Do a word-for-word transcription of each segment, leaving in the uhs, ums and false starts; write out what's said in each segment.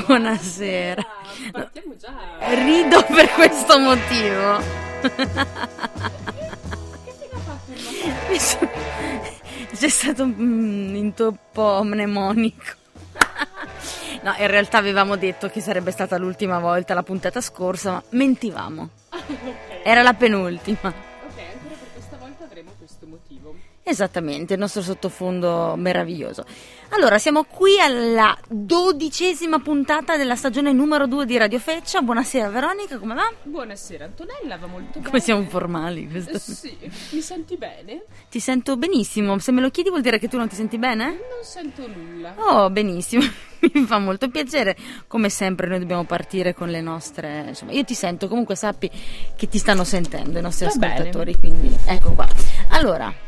Buonasera. Partiamo già. Rido per questo motivo. Che fine ha fatto il so... C'è stato un intoppo mnemonico. No, in realtà avevamo detto che sarebbe stata l'ultima volta la puntata scorsa, ma mentivamo. Okay. Era la penultima. Ok, ancora per questa volta avremo questo motivo. Esattamente, il nostro sottofondo meraviglioso. Allora, siamo qui alla dodicesima puntata della stagione numero due di Radio Feccia. Buonasera Veronica, come va? Buonasera Antonella, va molto bene. Come siamo formali questo? Eh, sì, mi senti bene? Ti sento benissimo, se me lo chiedi vuol dire che tu non ti senti bene? Non sento nulla. Oh, benissimo, mi fa molto piacere. Come sempre noi dobbiamo partire con le nostre... Insomma, io ti sento, comunque sappi che ti stanno sentendo i nostri Va ascoltatori, bene. quindi ecco qua. Allora...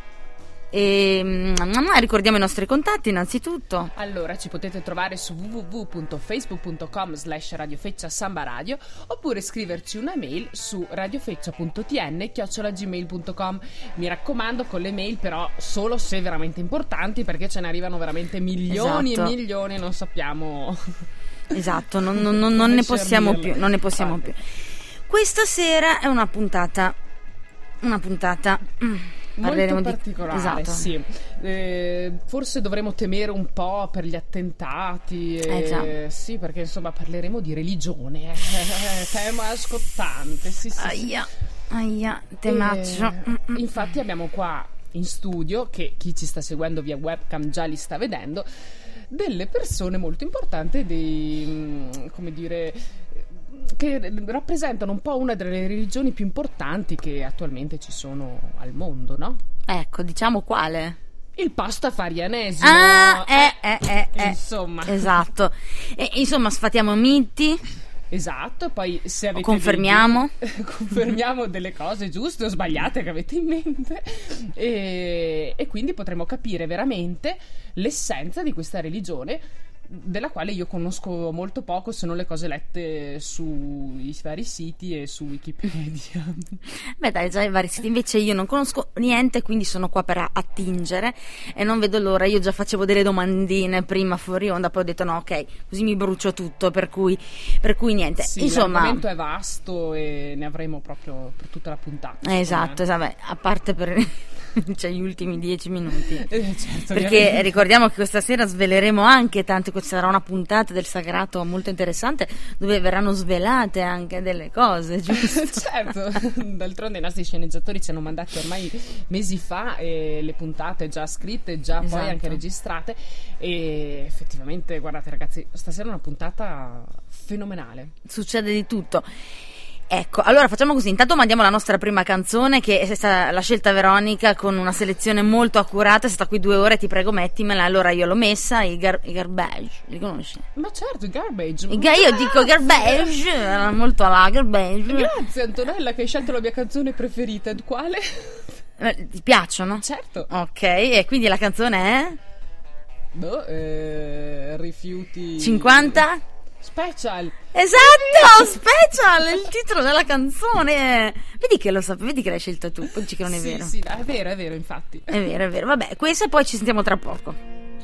E ricordiamo i nostri contatti innanzitutto. Allora ci potete trovare su w w w punto facebook punto com slash radiofeccia samba radio oppure scriverci una mail su radiofeccia punto t n chiocciola gmail punto com. Mi raccomando, con le mail però solo se veramente importanti, perché ce ne arrivano veramente milioni esatto. e milioni, non sappiamo. Esatto, non, non, non, non ne possiamo più, non ne possiamo più. Questa sera è una puntata una puntata molto particolare, di... esatto. Sì. Eh, forse dovremo temere un po' per gli attentati. E... Eh già. Sì, perché insomma parleremo di religione. Eh, eh, tema scottante. Sì, sì, aia, sì. aia, temaccio. Eh, infatti abbiamo qua in studio, che chi ci sta seguendo via webcam già li sta vedendo, delle persone molto importanti, dei, come dire, che rappresentano un po' una delle religioni più importanti che attualmente ci sono al mondo, no? Ecco, diciamo quale? Il pastafarianesimo. Ah, eh, eh, eh, eh. Insomma. Esatto. E, insomma, sfatiamo miti. Esatto, poi se avete confermiamo dei... confermiamo delle cose giuste o sbagliate che avete in mente e, e quindi potremo capire veramente l'essenza di questa religione, della quale io conosco molto poco, se non le cose lette sui vari siti e su Wikipedia. Beh dai, già i vari siti, invece io non conosco niente, quindi sono qua per attingere e non vedo l'ora. Io già facevo delle domandine prima fuori onda, poi ho detto no, ok, così mi brucio tutto, per cui, per cui niente. Sì, insomma, l'argomento è vasto e ne avremo proprio per tutta la puntata. Esatto, esatto, a parte per... cioè gli ultimi dieci minuti, eh, certo, perché ovviamente. Ricordiamo che questa sera sveleremo anche tanto, questa sarà una puntata del sagrato molto interessante dove verranno svelate anche delle cose, giusto? Certo, d'altronde i nostri sceneggiatori ci hanno mandati ormai mesi fa e le puntate già scritte, già esatto. Poi anche registrate, e effettivamente guardate ragazzi, stasera è una puntata fenomenale, succede di tutto. Ecco, allora facciamo così, intanto mandiamo la nostra prima canzone, che è stata la scelta Veronica con una selezione molto accurata, è stata qui due ore, ti prego mettimela, allora io l'ho messa, i, gar- i Garbage, li conosci? Ma certo, i Garbage. I ga- io dico Garbage, era molto alla Garbage. Grazie Antonella che hai scelto la mia canzone preferita, quale? Eh, ti piacciono? Certo. Ok, e quindi la canzone è? Boh, eh, rifiuti... cinquanta? Special. Esatto, Special è il titolo della canzone. Vedi che lo sapevi, vedi che l'hai scelto tu, poi dici che non è sì, vero. Sì, è vero, è vero, infatti. È vero, è vero. Vabbè, questo e poi ci sentiamo tra poco.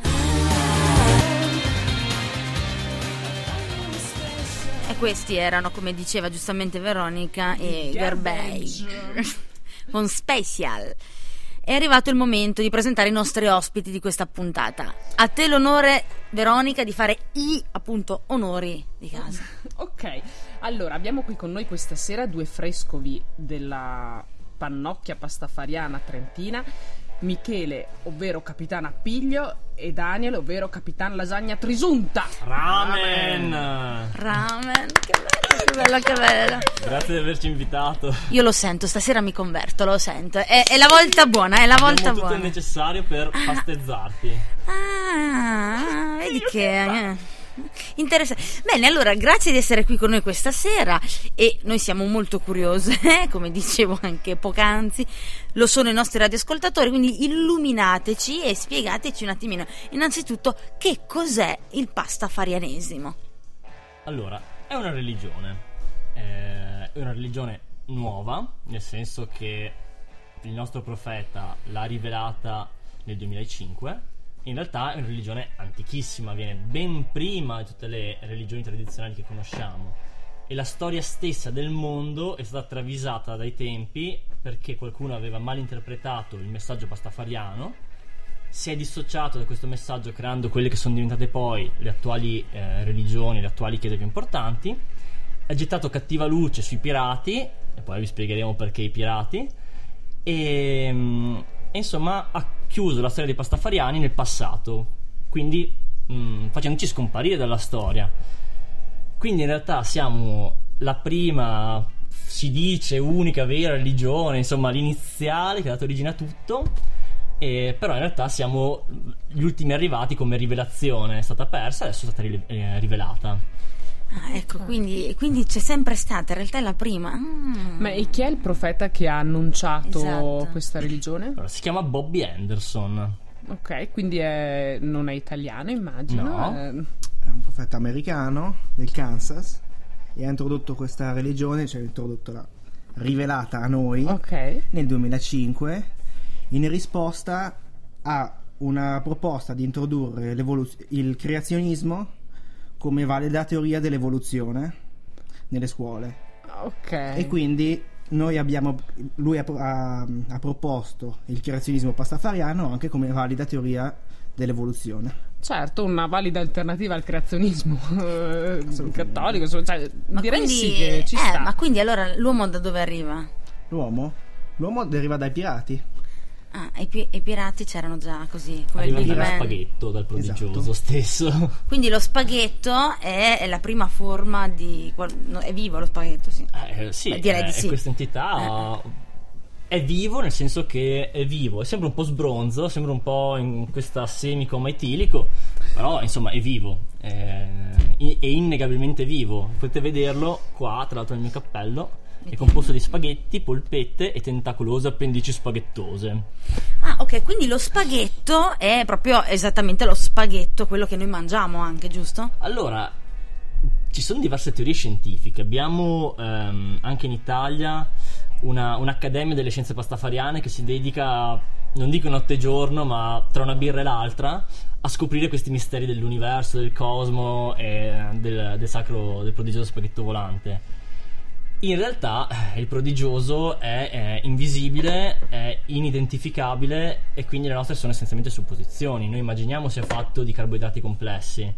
E questi erano, come diceva giustamente Veronica, e Garbage con Special. È arrivato il momento di presentare i nostri ospiti di questa puntata. A te l'onore, Veronica, di fare i, appunto, onori di casa. Ok, allora abbiamo qui con noi questa sera due frescovi della Pannocchia Pastafariana Trentina, Michele, ovvero Capitan Appiglio, e Daniel, ovvero Capitan Lasagna Trisunta. Ramen! Ramen, che bello, che bello, che bello. Grazie di averci invitato. Io lo sento, stasera mi converto, lo sento. È, è la volta buona, è la volta Abbiamo buona. tutto il necessario per festezzarti. Ah, vedi che... Eh. Interessante. Bene, allora grazie di essere qui con noi questa sera e noi siamo molto curiose, eh? Come dicevo anche poc'anzi, lo sono i nostri radioascoltatori, quindi illuminateci e spiegateci un attimino innanzitutto che cos'è il pastafarianesimo. Allora, è una religione, è una religione nuova, nel senso che il nostro profeta l'ha rivelata nel duemilacinque in realtà è una religione antichissima, viene ben prima di tutte le religioni tradizionali che conosciamo, e la storia stessa del mondo è stata travisata dai tempi perché qualcuno aveva malinterpretato il messaggio pastafariano, si è dissociato da questo messaggio creando quelle che sono diventate poi le attuali eh, religioni, le attuali chiese più importanti, ha gettato cattiva luce sui pirati, e poi vi spiegheremo perché i pirati, e, e insomma ha chiuso la storia dei pastafariani nel passato, quindi mh, facendoci scomparire dalla storia. Quindi in realtà siamo la prima, si dice, unica vera religione, insomma l'iniziale che ha dato origine a tutto, e però in realtà siamo gli ultimi arrivati come rivelazione, è stata persa, adesso è stata ri- eh, rivelata. Ah, ecco, quindi, quindi c'è sempre stata, in realtà è la prima. Mm. Ma e chi è il profeta che ha annunciato Esatto. questa religione? Allora, si chiama Bobby Anderson. Ok, quindi è, non è italiano, immagino. No. È- È un profeta americano del Kansas e ha introdotto questa religione, cioè introdotto la rivelata a noi ok. nel duemilacinque in risposta a una proposta di introdurre l'evoluz- il creazionismo come valida teoria dell'evoluzione nelle scuole. Ok. E quindi noi abbiamo lui ha, ha, ha proposto il creazionismo pastafariano anche come valida teoria dell'evoluzione. Certo, una valida alternativa al creazionismo eh, cattolico, insomma, cioè, Ma direi quindi, sì che ci eh, sta. ma quindi allora l'uomo da dove arriva? L'uomo? L'uomo deriva dai pirati. Ah, i, pi- i pirati c'erano già così, come Arriva il Big dallo Bang. spaghetto, dal prodigioso Esatto. stesso. Quindi lo spaghetto è, è la prima forma di... qual- no, è vivo lo spaghetto, sì. Eh, sì, Beh, direi è, di sì. è questa entità è vivo, nel senso che è vivo, è sempre un po' sbronzo, sembra un po' in questa semicoma etilico, però insomma è vivo, è, è innegabilmente vivo. Potete vederlo qua, tra l'altro nel mio cappello. È composto di spaghetti, polpette e tentacolose appendici spaghettose. Ah, ok, quindi lo spaghetto è proprio esattamente lo spaghetto, quello che noi mangiamo anche, giusto? Allora, ci sono diverse teorie scientifiche. Abbiamo ehm, anche in Italia una, un'accademia delle scienze pastafariane che si dedica, non dico notte e giorno, ma tra una birra e l'altra, a scoprire questi misteri dell'universo, del cosmo e del, del sacro, del prodigioso spaghetto volante. In realtà eh, il prodigioso è, è invisibile, è inidentificabile, e quindi le nostre sono essenzialmente supposizioni. Noi immaginiamo sia fatto di carboidrati complessi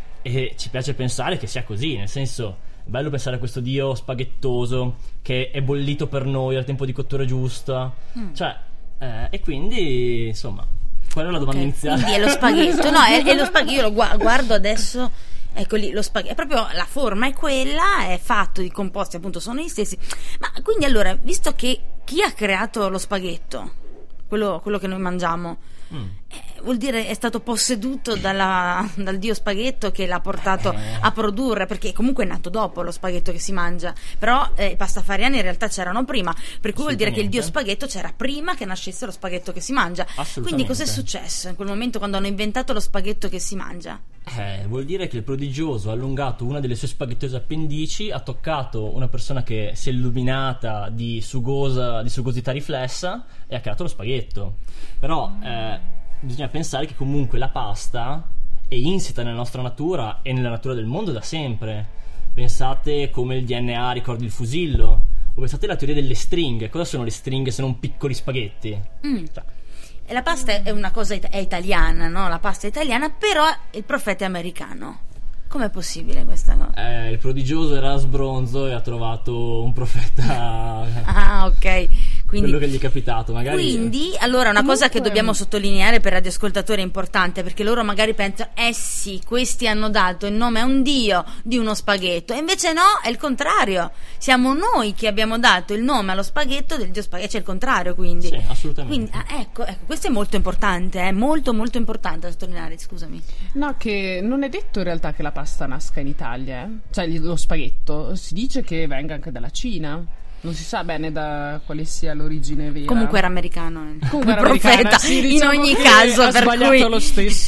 e ci piace pensare che sia così, nel senso, è bello pensare a questo dio spaghettoso che è bollito per noi al tempo di cottura giusta, mm. cioè eh, e quindi insomma quella è la domanda Ok, iniziale. quindi è lo spaghetto, no, è, è lo spaghetto, io lo gua- guardo adesso. Ecco lì, lo spaghetto, è proprio la forma è quella, è fatto di composti, appunto sono gli stessi. Ma quindi allora, visto che chi ha creato lo spaghetto, quello, quello che noi mangiamo, Mm. eh, vuol dire è stato posseduto dalla, dal dio spaghetto che l'ha portato Eh. a produrre, perché comunque è nato dopo lo spaghetto che si mangia, però eh, i pastafariani in realtà c'erano prima, per cui vuol dire che il dio spaghetto c'era prima che nascesse lo spaghetto che si mangia. Quindi cos'è successo in quel momento quando hanno inventato lo spaghetto che si mangia? Eh, vuol dire che il prodigioso ha allungato una delle sue spaghettose appendici, ha toccato una persona che si è illuminata di sugosa, di sugosità riflessa e ha creato lo spaghetto. Però eh, bisogna pensare che comunque la pasta è insita nella nostra natura e nella natura del mondo da sempre. Pensate come il D N A ricordi il fusillo, o pensate alla teoria delle stringhe. Cosa sono le stringhe se non piccoli spaghetti? Mm. Cioè, E la pasta è una cosa it- è italiana, no? La pasta è italiana, però il profeta è americano. Com'è possibile questa cosa? eh, il prodigioso era sbronzo e ha trovato un profeta. Ah, ok. Quindi, Quello che gli è capitato, magari. quindi allora una cosa che Comunque- dobbiamo sottolineare per radioascoltatori è importante, perché loro magari pensano, eh sì, questi hanno dato il nome a un dio di uno spaghetto, e invece no, è il contrario. Siamo noi che abbiamo dato il nome allo spaghetto del dio spaghetto, c'è il contrario, quindi. Sì, assolutamente. Quindi, ah, ecco, ecco, questo è molto importante, è molto molto importante da sottolineare, scusami. No, che non è detto in realtà che la pasta nasca in Italia, eh? Cioè lo spaghetto, si dice che venga anche dalla Cina. Non si sa bene da quale sia l'origine vera. Comunque era americano, eh. Comunque il era profeta, americana, sì, diciamo in ogni che caso, ha per sbagliato cui lo stesso.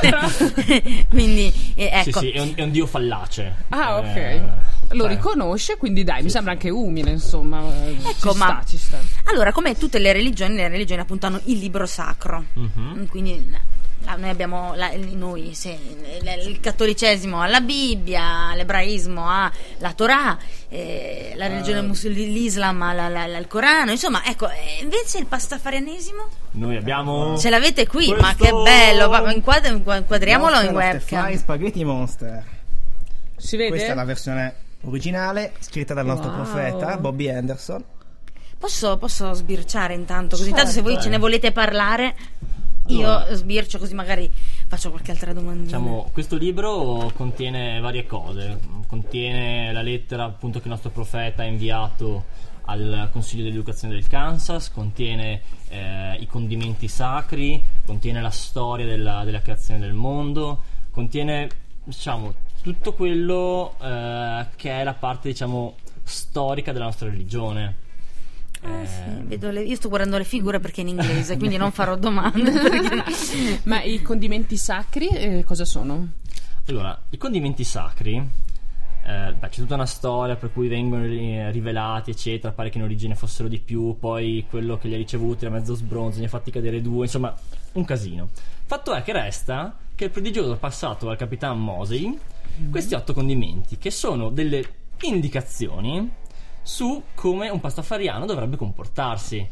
quindi eh, ecco. Sì, sì, è un, è un dio fallace. Ah, ok. Eh, Lo cioè, riconosce, quindi dai, mi sembra anche umile, insomma. Ecco, ci ma sta, ci sta. allora, come tutte le religioni, le religioni appunto hanno il libro sacro. mhm. Quindi Ah, noi abbiamo la, noi, sì, il, il cattolicesimo ha la Bibbia, l'ebraismo ha la Torah, eh, la religione uh, mus- l'Islam ha la, la, la, il Corano, insomma, ecco, invece il pastafarianesimo noi abbiamo ce l'avete qui, questo... ma che bello, va, inquadri, inquadriamolo in webcam. Fly Spaghetti Monster. Si vede? Questa è la versione originale scritta dal nostro wow. profeta Bobby Anderson. Posso, posso sbirciare intanto, così intanto se voi ce ne volete parlare io allora, sbircio, così magari faccio qualche altra domandina. Diciamo, questo libro contiene varie cose, contiene la lettera appunto che il nostro profeta ha inviato al Consiglio dell'Educazione del Kansas, contiene eh, i condimenti sacri, contiene la storia della, della creazione del mondo, contiene, diciamo, tutto quello eh, che è la parte, diciamo, storica della nostra religione. Ah, sì, vedo le... io sto guardando le figure perché è in inglese, quindi non farò domande perché... Ma i condimenti sacri eh, cosa sono? Allora, i condimenti sacri, eh, beh, c'è tutta una storia per cui vengono rivelati eccetera, pare che in origine fossero di più, poi quello che li ha ricevuti era mezzo sbronzo, ne ha fatti cadere due, insomma un casino. Fatto è che resta che il prodigioso ha passato al Capitan Mosey mm-hmm. questi otto condimenti, che sono delle indicazioni su come un pastafariano dovrebbe comportarsi,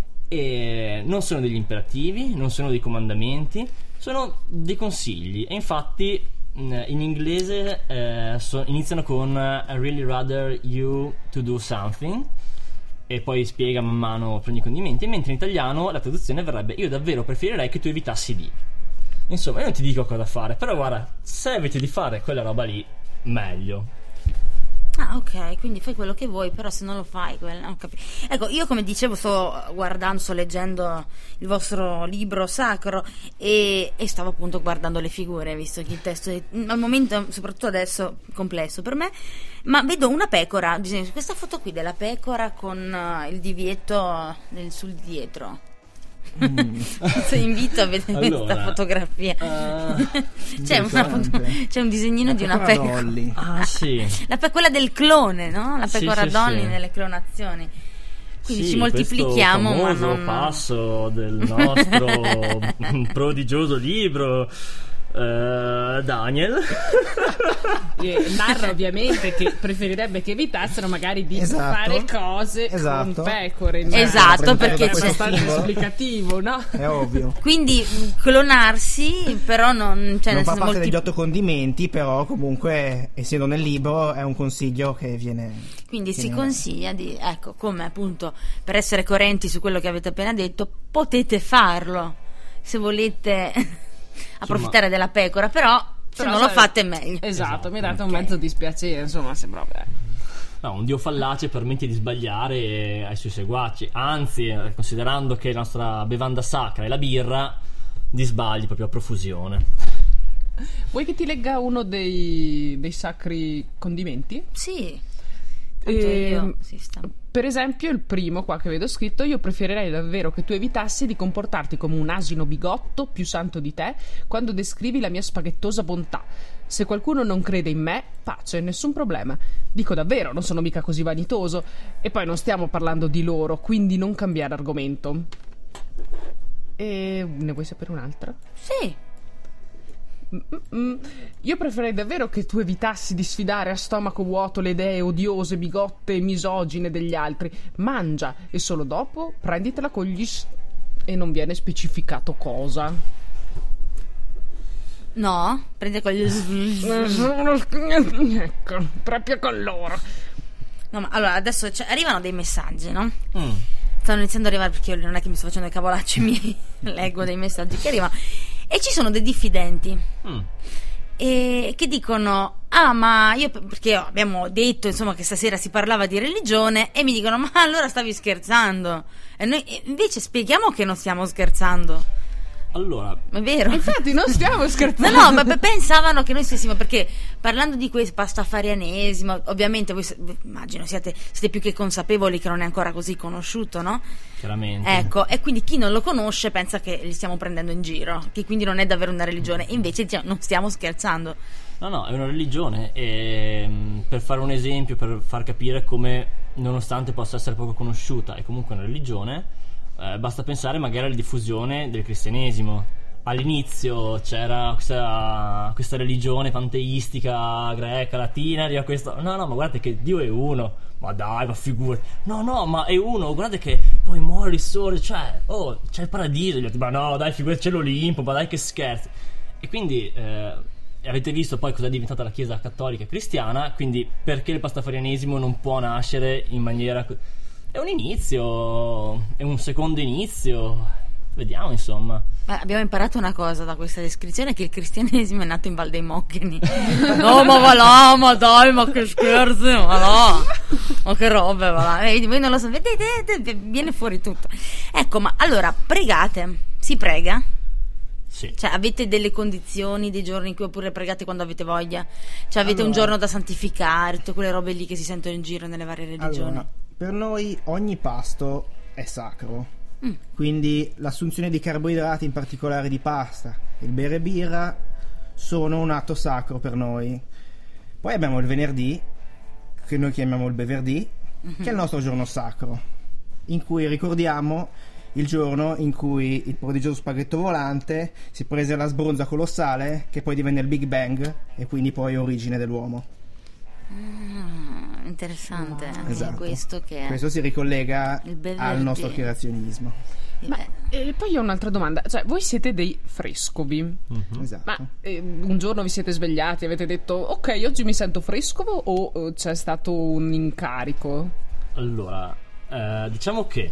e non sono degli imperativi, non sono dei comandamenti, sono dei consigli, e infatti in inglese eh, so, iniziano con I really rather you to do something, e poi spiega man mano per ogni condimento, mentre in italiano la traduzione verrebbe io davvero preferirei che tu evitassi di. Insomma, io non ti dico cosa fare, però guarda, se eviti di fare quella roba lì, meglio. Ah, ok, quindi fai quello che vuoi, però se non lo fai, quella... ho capito. Ecco, io come dicevo sto guardando, sto leggendo il vostro libro sacro e, e stavo appunto guardando le figure, visto che il testo è al momento, soprattutto adesso, complesso per me, ma vedo una pecora, disegno questa foto qui della pecora con uh, il divieto nel, sul dietro. Mm. Ti invito a vedere allora, questa fotografia. Uh, c'è, una foto, c'è un disegnino la di una pecora. Dolly. Ah, sì. La pe- quella del clone, no? La pecora sì, sì, Dolly sì. nelle clonazioni. Quindi sì, ci moltiplichiamo, ma questo non passo del nostro prodigioso libro. Uh, Daniel e narra ovviamente che preferirebbe che evitassero magari di esatto. fare cose esatto. con pecore, esatto, perché è c'è abbastanza esplicativo, no? È ovvio. Quindi clonarsi, però non, cioè, non fa senso, parte molti... degli otto condimenti, però comunque essendo nel libro è un consiglio che viene. Quindi che si viene... consiglia di, ecco, come appunto per essere coerenti su quello che avete appena detto, potete farlo se volete. Approfittare della pecora, però se però non sai, lo fate meglio. Esatto, esatto, mi date okay. un mezzo dispiacere, insomma, sembra beh. No, un dio fallace permette di sbagliare ai suoi seguaci, anzi, considerando che la nostra bevanda sacra è la birra, di sbagli proprio a profusione. Vuoi che ti legga uno dei, dei sacri condimenti? Sì. Tanto E, io, sì, sta... Per esempio il primo qua che vedo scritto: io preferirei davvero che tu evitassi di comportarti come un asino bigotto più santo di te quando descrivi la mia spaghettosa bontà. Se qualcuno non crede in me, pace, nessun problema. Dico davvero, non sono mica così vanitoso. E poi non stiamo parlando di loro, quindi non cambiare argomento. E ne vuoi sapere un'altra? Sì. Mm-mm. Io preferirei davvero che tu evitassi di sfidare a stomaco vuoto le idee odiose, bigotte e misogine degli altri. Mangia e solo dopo prenditela con gli s- e non viene specificato cosa. No? Prende con gli ecco, proprio con loro. No, ma allora adesso cioè, arrivano dei messaggi, no? Mm. Stanno iniziando ad arrivare perché io non è che mi sto facendo i cavolacci miei, leggo dei messaggi che arrivano. E ci sono dei diffidenti Mm. e che dicono: ah, ma io, perché abbiamo detto insomma che stasera si parlava di religione, e mi dicono: ma allora stavi scherzando? E noi invece spieghiamo che non stiamo scherzando. Allora, È vero? Infatti non stiamo scherzando. No, no, ma p- pensavano che noi stessimo, perché parlando di questo pastafarianesimo, ovviamente voi s- immagino siate, siete più che consapevoli che non è ancora così conosciuto, no? chiaramente. Ecco, e quindi chi non lo conosce pensa che li stiamo prendendo in giro, che quindi non è davvero una religione, e invece diciamo, non stiamo scherzando. No, no, è una religione, e mh, per fare un esempio, per far capire come, nonostante possa essere poco conosciuta, è comunque una religione, eh, basta pensare magari alla diffusione del cristianesimo. all'inizio c'era questa, questa religione panteistica greca, latina, arriva questo, no no ma guardate che Dio è uno, ma dai, ma figurati, no no ma è uno, guardate che poi muore, risorge, cioè, oh, c'è il paradiso, gli altri, ma no dai, figurati, c'è l'Olimpo, ma dai che scherzi. E quindi eh, avete visto poi cosa è diventata la Chiesa cattolica e cristiana, quindi perché il pastafarianesimo non può nascere in maniera... È un inizio, è un secondo inizio, vediamo insomma. Beh, abbiamo imparato una cosa da questa descrizione, che il cristianesimo è nato in Val dei Moccheni. No ma va là, ma dai, ma che scherzi, ma là, ma che robe, va là. Vedi, voi non lo sapete, vedete, viene fuori tutto. Ecco, ma allora pregate, si prega? Sì. Cioè avete delle condizioni, dei giorni in cui oppure pregate quando avete voglia? Cioè avete allora, un giorno da santificare, tutte quelle robe lì che si sentono in giro nelle varie religioni? Allora, per noi ogni pasto è sacro. Mm. Quindi l'assunzione di carboidrati, in particolare di pasta, il bere birra, sono un atto sacro per noi. Poi abbiamo il venerdì, che noi chiamiamo il beverdì, mm-hmm. che è il nostro giorno sacro, in cui ricordiamo il giorno in cui il prodigioso spaghetto volante si prese la sbronza colossale che poi divenne il Big Bang e quindi poi origine dell'uomo. Ah, interessante anche esatto. questo che è. Questo si ricollega al nostro creazionismo. Ma e poi ho un'altra domanda, cioè voi siete dei frescovi, mm-hmm. Esatto. ma eh, un giorno vi siete svegliati e avete detto ok, oggi mi sento frescovo, o eh, c'è stato un incarico? Allora, eh, diciamo che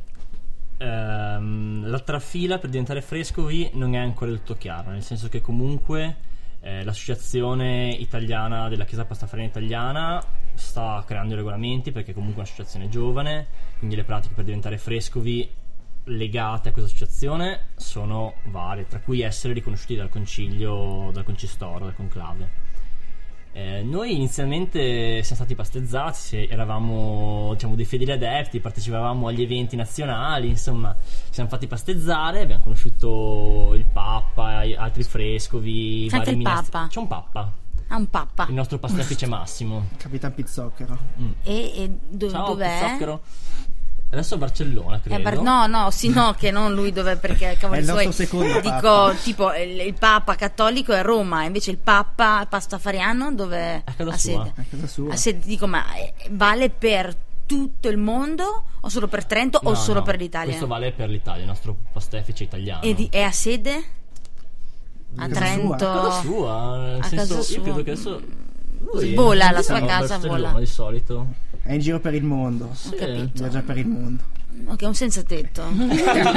ehm, la trafila per diventare frescovi non è ancora del tutto chiara, nel senso che comunque eh, l'associazione italiana della Chiesa Pastafariana Italiana sta creando i regolamenti, perché comunque è un'associazione giovane, quindi le pratiche per diventare frescovi legate a questa associazione sono varie, tra cui essere riconosciuti dal concilio, dal concistoro, dal conclave. Eh, noi inizialmente siamo stati pastezzati, se eravamo diciamo dei fedeli adepti, partecipavamo agli eventi nazionali, insomma ci siamo fatti pastezzare, abbiamo conosciuto il Papa, altri frescovi, c'è anche il ministri. Papa? C'è un Papa. Ah, un Papa. Il nostro pastefice Massimo. Capitan Pizzocchero. Mm. E, e do, Ciao, dov'è? Pizzocchero. Adesso a Barcellona, credo. Eh, bar- no, no, sì, no, che non lui dov'è, perché cavoli è il suoi. nostro secondo Dico, Papa. tipo, il, il Papa cattolico è a Roma, invece il Papa pastafariano dove A casa ha sua. sede? A casa sua. Ha sede, dico, ma eh, vale per tutto il mondo o solo per Trento o No, solo no, per l'Italia? questo vale per l'Italia, il nostro pastefice italiano. E di, è a sede? A A casa Trento? sua. A casa sua, nel A senso, casa io credo sua. che adesso lui Vola, la lui sua sta a casa Barcellona vola. di solito. È in giro per il mondo. Sì. capito. Viaggia per il mondo. Ok, un senza tetto. Un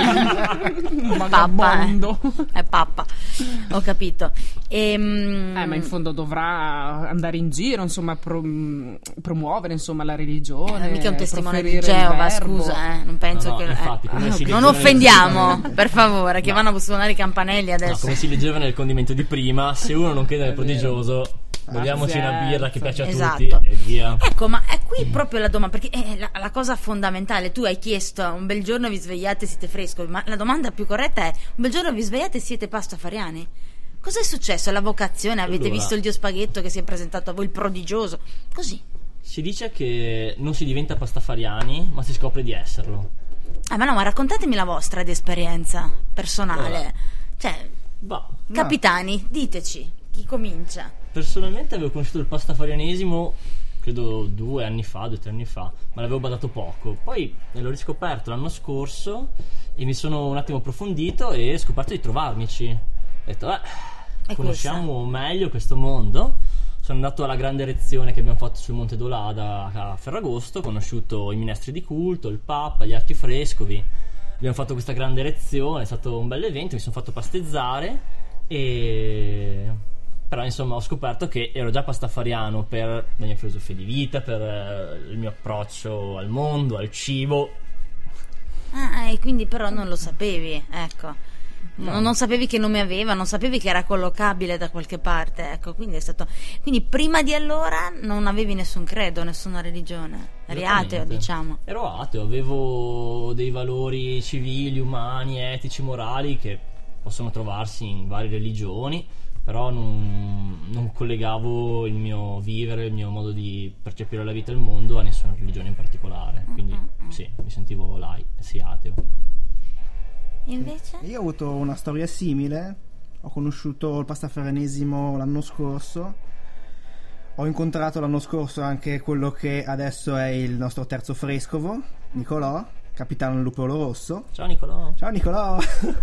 Pappa, vagabondo. eh. È pappa. Ho capito. Ehm, Eh, ma in fondo dovrà andare in giro, insomma, pro- promuovere insomma la religione. Eh, mica un testimone di proferire il Geova, verbo. scusa, eh, non penso No, no, che infatti, eh. come si non leggeva offendiamo, nel- per favore, che No. vanno a suonare i campanelli No, adesso. come si leggeva nel condimento di prima, se uno non crede nel È vero. prodigioso, beviamoci una birra che piace a Esatto. tutti e via. Ecco, ma è qui proprio la domanda, perché è la, la cosa fondamentale. Tu hai chiesto un bel giorno vi svegliate e siete frescovi, ma la domanda più corretta è un bel giorno vi svegliate e siete pastafariani? Cosa è successo alla vocazione? Avete Allora. visto il Dio Spaghetto che si è presentato a voi, il prodigioso? Così. Si dice che non si diventa pastafariani, ma si scopre di esserlo. Ah, ma no, ma raccontatemi la vostra di esperienza personale. Allora. Cioè, Bah, capitani, diteci, chi comincia? personalmente avevo conosciuto il pastafarianesimo credo due anni fa, due o tre anni fa, ma l'avevo badato poco. Poi l'ho riscoperto l'anno scorso e mi sono un attimo approfondito e ho scoperto di trovarmici. Ho detto, eh, È conosciamo meglio questo mondo. Sono andato alla grande lezione che abbiamo fatto sul Monte d'Olada a Ferragosto, ho conosciuto i ministri di culto, il Papa, gli altri frescovi. Abbiamo fatto questa grande lezione, è stato un bel evento, mi sono fatto pastezzare e... però insomma ho scoperto che ero già pastafariano per la mia filosofia di vita, per eh, il mio approccio al mondo, al cibo. Ah, e quindi però non lo sapevi, ecco. Non, non sapevi che nome aveva, non sapevi che era collocabile da qualche parte, ecco, quindi è stato. Quindi prima di allora non avevi nessun credo, nessuna religione. Eri ateo, Esattamente. diciamo. Ero ateo, avevo dei valori civili, umani, etici, morali che possono trovarsi in varie religioni, però non, non collegavo il mio vivere, il mio modo di percepire la vita e il mondo a nessuna religione in particolare. Quindi sì, mi sentivo lai, sì, ateo. invece? Io ho avuto una storia simile. Ho conosciuto il pastafarenesimo l'anno scorso. Ho incontrato l'anno scorso anche quello che adesso è il nostro terzo frescovo, Nicolò, capitano Lupolo Rosso. Ciao Nicolò. Ciao Nicolò.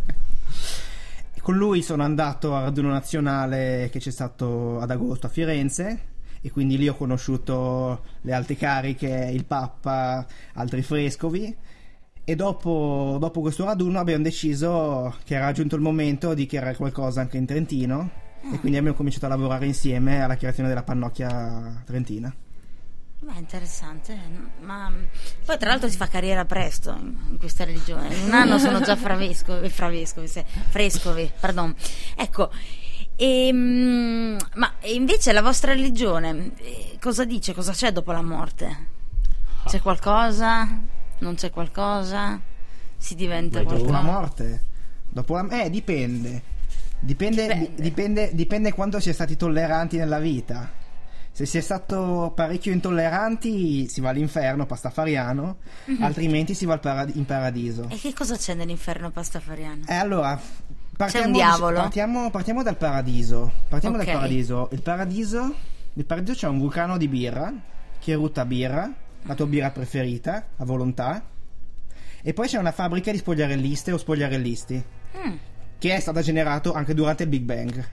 Con lui sono andato al raduno nazionale che c'è stato ad agosto a Firenze, e quindi lì ho conosciuto le alte cariche, il Papa, altri frescovi, e dopo, dopo questo raduno abbiamo deciso che era giunto il momento di creare qualcosa anche in Trentino, ah. e quindi abbiamo cominciato a lavorare insieme alla creazione della pannocchia trentina. Beh, interessante, ma poi tra l'altro si fa carriera presto in questa religione. In un anno sono già fravescovi, fravescovi, frescovi, pardon. Ecco, e, ma invece la vostra religione cosa dice? Cosa c'è dopo la morte? C'è qualcosa? Non c'è qualcosa? Si diventa Dopo Dopo qualcosa? la morte? Dopo la... Eh, dipende. Dipende, Dipende. di- dipende. Dipende quanto si è stati tolleranti nella vita. Se si è stato parecchio intolleranti si va all'inferno pastafariano, Mhm. altrimenti si va al parad- in paradiso. E che cosa c'è nell'inferno pastafariano? E allora partiamo, C'è un diavolo? partiamo, partiamo dal paradiso. Partiamo Ok. dal paradiso. Il paradiso, nel paradiso c'è un vulcano di birra che rutta birra, la tua birra preferita, a volontà. E poi c'è una fabbrica di spogliarelliste o spogliarellisti Mm. che è stata generata anche durante il Big Bang.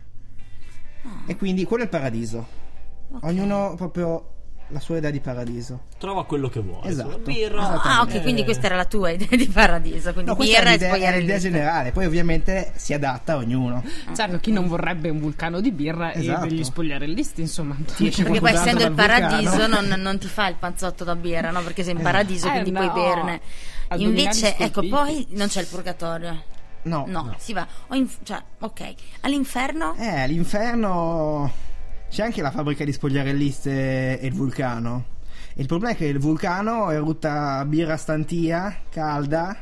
E quindi quello è il paradiso. Ok. Ognuno proprio la sua idea di paradiso. Trova quello che vuoi. Esatto. Sulla birra. Ah, ok, eh, quindi questa era la tua idea di paradiso, quindi No, questa è birra e l'idea, è spogliare l'idea il generale, poi ovviamente si adatta a ognuno. Certo, chi non vorrebbe un vulcano di birra Esatto. e degli spogliarellisti, insomma. Ti esce Perché poi qualcos'altro essendo il dal paradiso vulcano. non, non ti fa il panzotto da birra, no? Perché sei in Eh. paradiso, Eh, quindi no. puoi berne. Addominali Invece, ecco, scolpiti. poi non c'è il purgatorio. No. No, si va. O in- cioè, ok. All'inferno? Eh, all'inferno c'è anche la fabbrica di spogliarelliste e il vulcano. E il problema è che il vulcano erutta birra stantia, calda,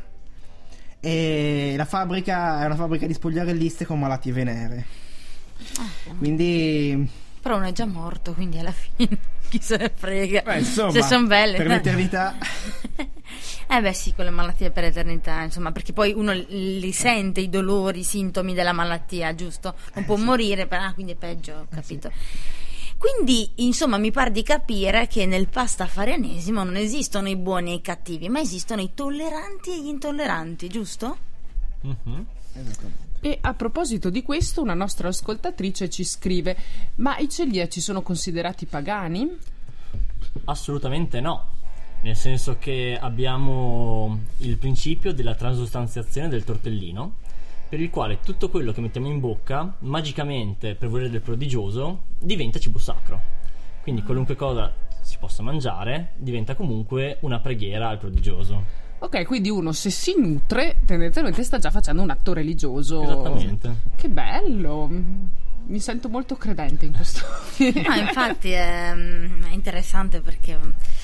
e la fabbrica è una fabbrica di spogliarelliste con malattie venere. Ah, Quindi, però uno è già morto, quindi alla fine chi se ne frega. beh, insomma, Se son belle. per l'eternità. Eh beh sì, con le malattie per eternità, insomma, perché poi uno li sente i dolori, i sintomi della malattia, giusto? Non Eh, può sì. morire, per- ah, quindi è peggio, ho capito. Quindi, insomma, mi pare di capire che nel pastafarianesimo non esistono i buoni e i cattivi, ma esistono i tolleranti e gli intolleranti, giusto? Mhm. Esattamente. E a proposito di questo, una nostra ascoltatrice ci scrive: ma i celiaci sono considerati pagani? Assolutamente no. Nel senso che abbiamo il principio della transustanziazione del tortellino, per il quale tutto quello che mettiamo in bocca, magicamente, per volere del prodigioso, diventa cibo sacro. Quindi qualunque cosa si possa mangiare diventa comunque una preghiera al prodigioso. Ok, quindi uno se si nutre tendenzialmente sta già facendo un atto religioso. Esattamente. Che bello! Mi sento molto credente in questo. No, infatti è, mm, è interessante perché...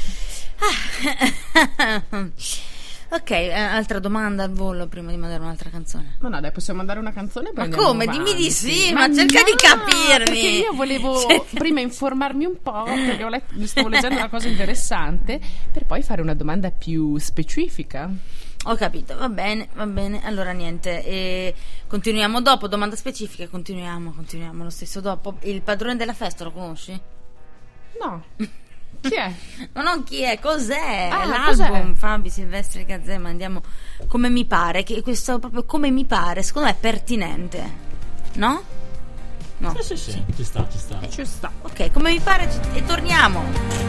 Ah. Ok, eh, altra domanda al volo prima di mandare un'altra canzone. Ma no, dai, possiamo mandare una canzone e poi Ma andiamo come? avanti. Dimmi di sì, ma cerca di no, capirmi. Perché io volevo Cioè- prima informarmi un po', perché ho letto, stavo leggendo una cosa interessante, per poi fare una domanda più specifica. Ho capito, va bene, va bene. Allora niente, e continuiamo dopo, domanda specifica, continuiamo, continuiamo lo stesso dopo. Il padrone della festa lo conosci? No. Chi è? Ma non chi è, cos'è? Ah, L'album cos'è? Fabi Silvestri Gazzè, ma andiamo come mi pare, che questo proprio come mi pare, secondo me è pertinente. No? No. Sì, sì, sì, ci sta, ci sta. Ci sta. Ok, come mi pare ci- e torniamo.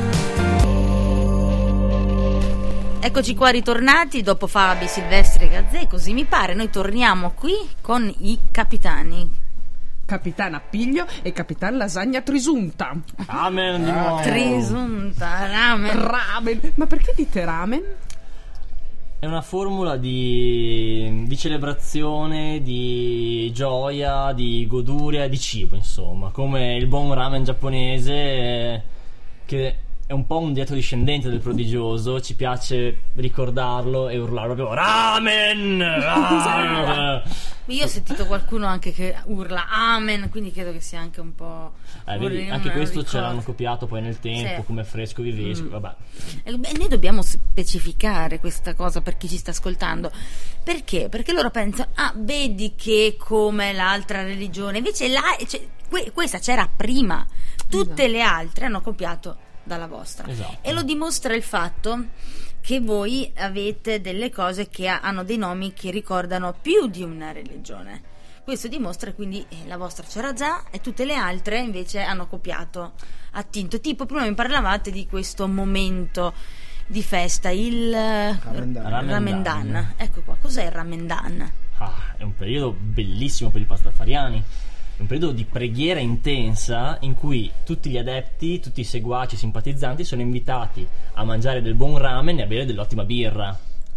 Eccoci qua ritornati dopo Fabi Silvestri Gazzè, così mi pare. Noi torniamo qui con i capitani. Capitan Appiglio e Capitan Lasagna Trisunta. Amen di nuovo. Trisunta, ramen. Ramen. Ma perché dite ramen? È una formula di, di celebrazione, di gioia, di goduria, di cibo, insomma. Come il buon ramen giapponese, eh, che è un po' un dietro discendente del prodigioso. Ci piace ricordarlo e urlarlo proprio ramen! Ramen! Io ho sentito qualcuno anche che urla amen, quindi credo che sia anche un po'... Eh, vedi, un- anche una questo ce ricordo. l'hanno copiato poi nel tempo, Sì. come affresco vivesco, Mm. vabbè. E beh, noi dobbiamo specificare questa cosa per chi ci sta ascoltando. Perché? Perché loro pensano, ah, vedi che come l'altra religione, invece là, cioè, que- questa c'era prima, tutte Esatto. le altre hanno copiato dalla vostra. Esatto. E lo dimostra il fatto che voi avete delle cose che ha- hanno dei nomi che ricordano più di una religione. Questo dimostra quindi eh, la vostra c'era già e tutte le altre invece hanno copiato attinto. Tipo, prima mi parlavate di questo momento di festa, il eh, Ramendan. Ramendan. Ramendan. Ecco qua, cos'è il Ramendan? Ah, è un periodo bellissimo per i pastafariani. È un periodo di preghiera intensa in cui tutti gli adepti, tutti i seguaci, i simpatizzanti sono invitati a mangiare del buon ramen e a bere dell'ottima birra.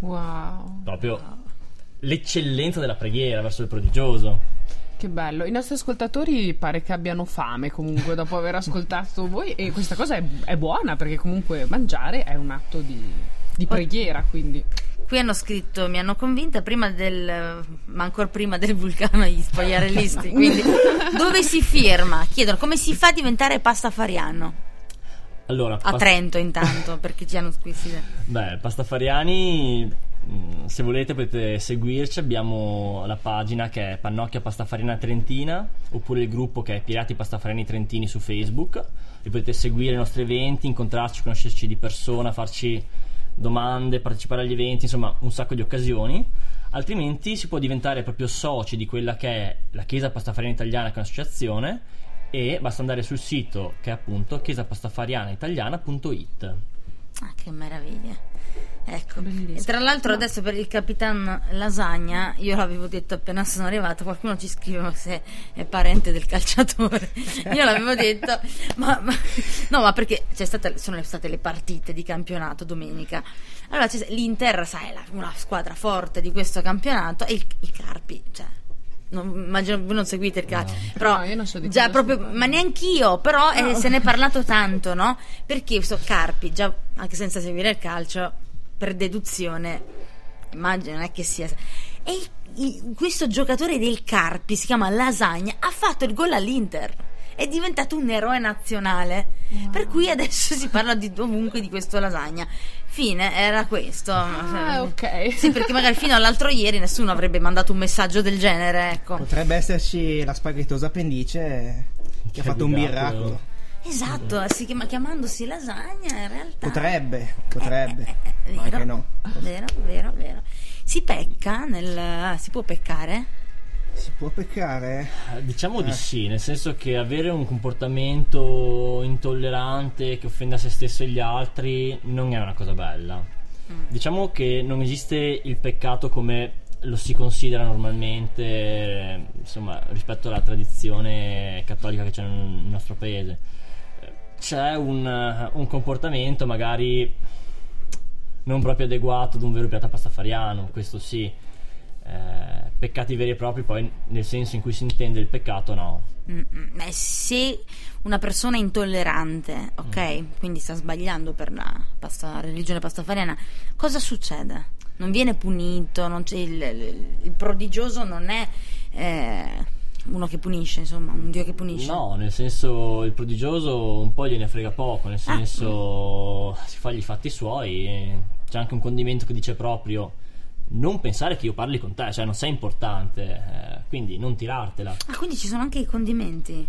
Wow, Proprio l'eccellenza della preghiera verso il prodigioso. che bello. I nostri ascoltatori pare che abbiano fame comunque dopo aver ascoltato voi, e questa cosa è, è buona, perché comunque mangiare è un atto di, di preghiera, quindi... Qui hanno scritto, mi hanno convinta prima del, ma ancora prima del vulcano gli spogliarellisti. Quindi, dove si firma? Chiedono come si fa a diventare pastafariano. Allora, A pas- Trento, intanto, perché ci hanno squisito. Beh, pastafariani, mh, se volete potete seguirci, abbiamo la pagina che è Pannocchia Pastafariana Trentina, oppure il gruppo che è Pirati Pastafariani Trentini su Facebook, e potete seguire i nostri eventi, incontrarci, conoscerci di persona, farci domande, partecipare agli eventi, insomma un sacco di occasioni. Altrimenti si può diventare proprio soci di quella che è la Chiesa Pastafariana Italiana, che è un'associazione, e basta andare sul sito che è appunto chiesapastafarianaitaliana punto it. Ah, che meraviglia. Ecco. Bellissimo. E tra l'altro adesso per il Capitan Lasagna, io l'avevo detto appena sono arrivata, qualcuno ci scrive se è parente del calciatore. Io l'avevo detto, ma, ma- no, ma perché c'è stata, sono state le partite di campionato domenica. Allora c'è, l'Inter, sai, è la- una squadra forte di questo campionato, e il, il Carpi, cioè non, immagino voi non seguite il calcio, però No, io non so di già cosa proprio, si parla. ma neanch'io, però eh, No. se ne è parlato tanto, no? Perché questo Carpi, già anche senza seguire il calcio, per deduzione, immagino non è che sia. E il- il- questo giocatore del Carpi si chiama Lasagna, ha fatto il gol all'Inter, è diventato un eroe nazionale. Wow. Per cui adesso si parla di ovunque di questo Lasagna. Fine, era questo. Ah, ok. Sì, perché magari fino all'altro ieri nessuno avrebbe mandato un messaggio del genere, ecco. Potrebbe esserci la spaghettosa appendice che ha fatto un guidato- miracolo. Esatto, si chiama, chiamandosi Lasagna in realtà. Potrebbe, potrebbe. Eh, eh, eh, Ma vero, anche no. Vero, vero, vero. Si pecca nel... si può peccare? Si può peccare? Eh, Diciamo di Eh. sì, nel senso che avere un comportamento intollerante che offende a se stesso e gli altri non è una cosa bella. Diciamo che non esiste il peccato come lo si considera normalmente, eh, insomma, rispetto alla tradizione cattolica che c'è nel nostro paese. Eh, C'è un, eh, un comportamento magari non proprio adeguato ad un vero pirata pastafariano, questo sì. Eh, peccati veri e propri, poi nel senso in cui si intende il peccato, no. Mm, mm. Beh, se una persona è intollerante, ok, quindi sta sbagliando per la pasta- religione pastafariana, cosa succede? Non viene punito, non c'è il, il- il prodigioso non è eh, uno che punisce, insomma, un dio che punisce. No, nel senso il prodigioso un po' gliene frega poco, nel senso si fa gli fatti suoi. e C'è anche un condimento che dice proprio non pensare che io parli con te, cioè non sei importante, eh, quindi non tirartela. Ah, quindi ci sono anche i condimenti.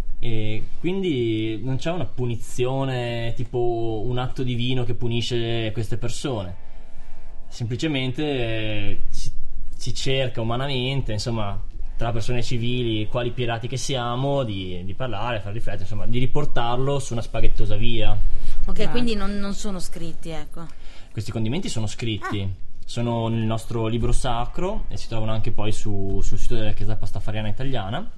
E quindi non c'è una punizione tipo un atto divino che punisce queste persone. Semplicemente eh, si, si cerca umanamente, insomma, tra persone civili, quali pirati che siamo, di, di parlare, far riflettere, insomma, di riportarlo su una spaghettosa via. Ok, Beh. quindi non, non sono scritti, ecco. Questi condimenti sono scritti, sono nel nostro libro sacro e si trovano anche poi su- sul sito della Chiesa Pastafariana Italiana,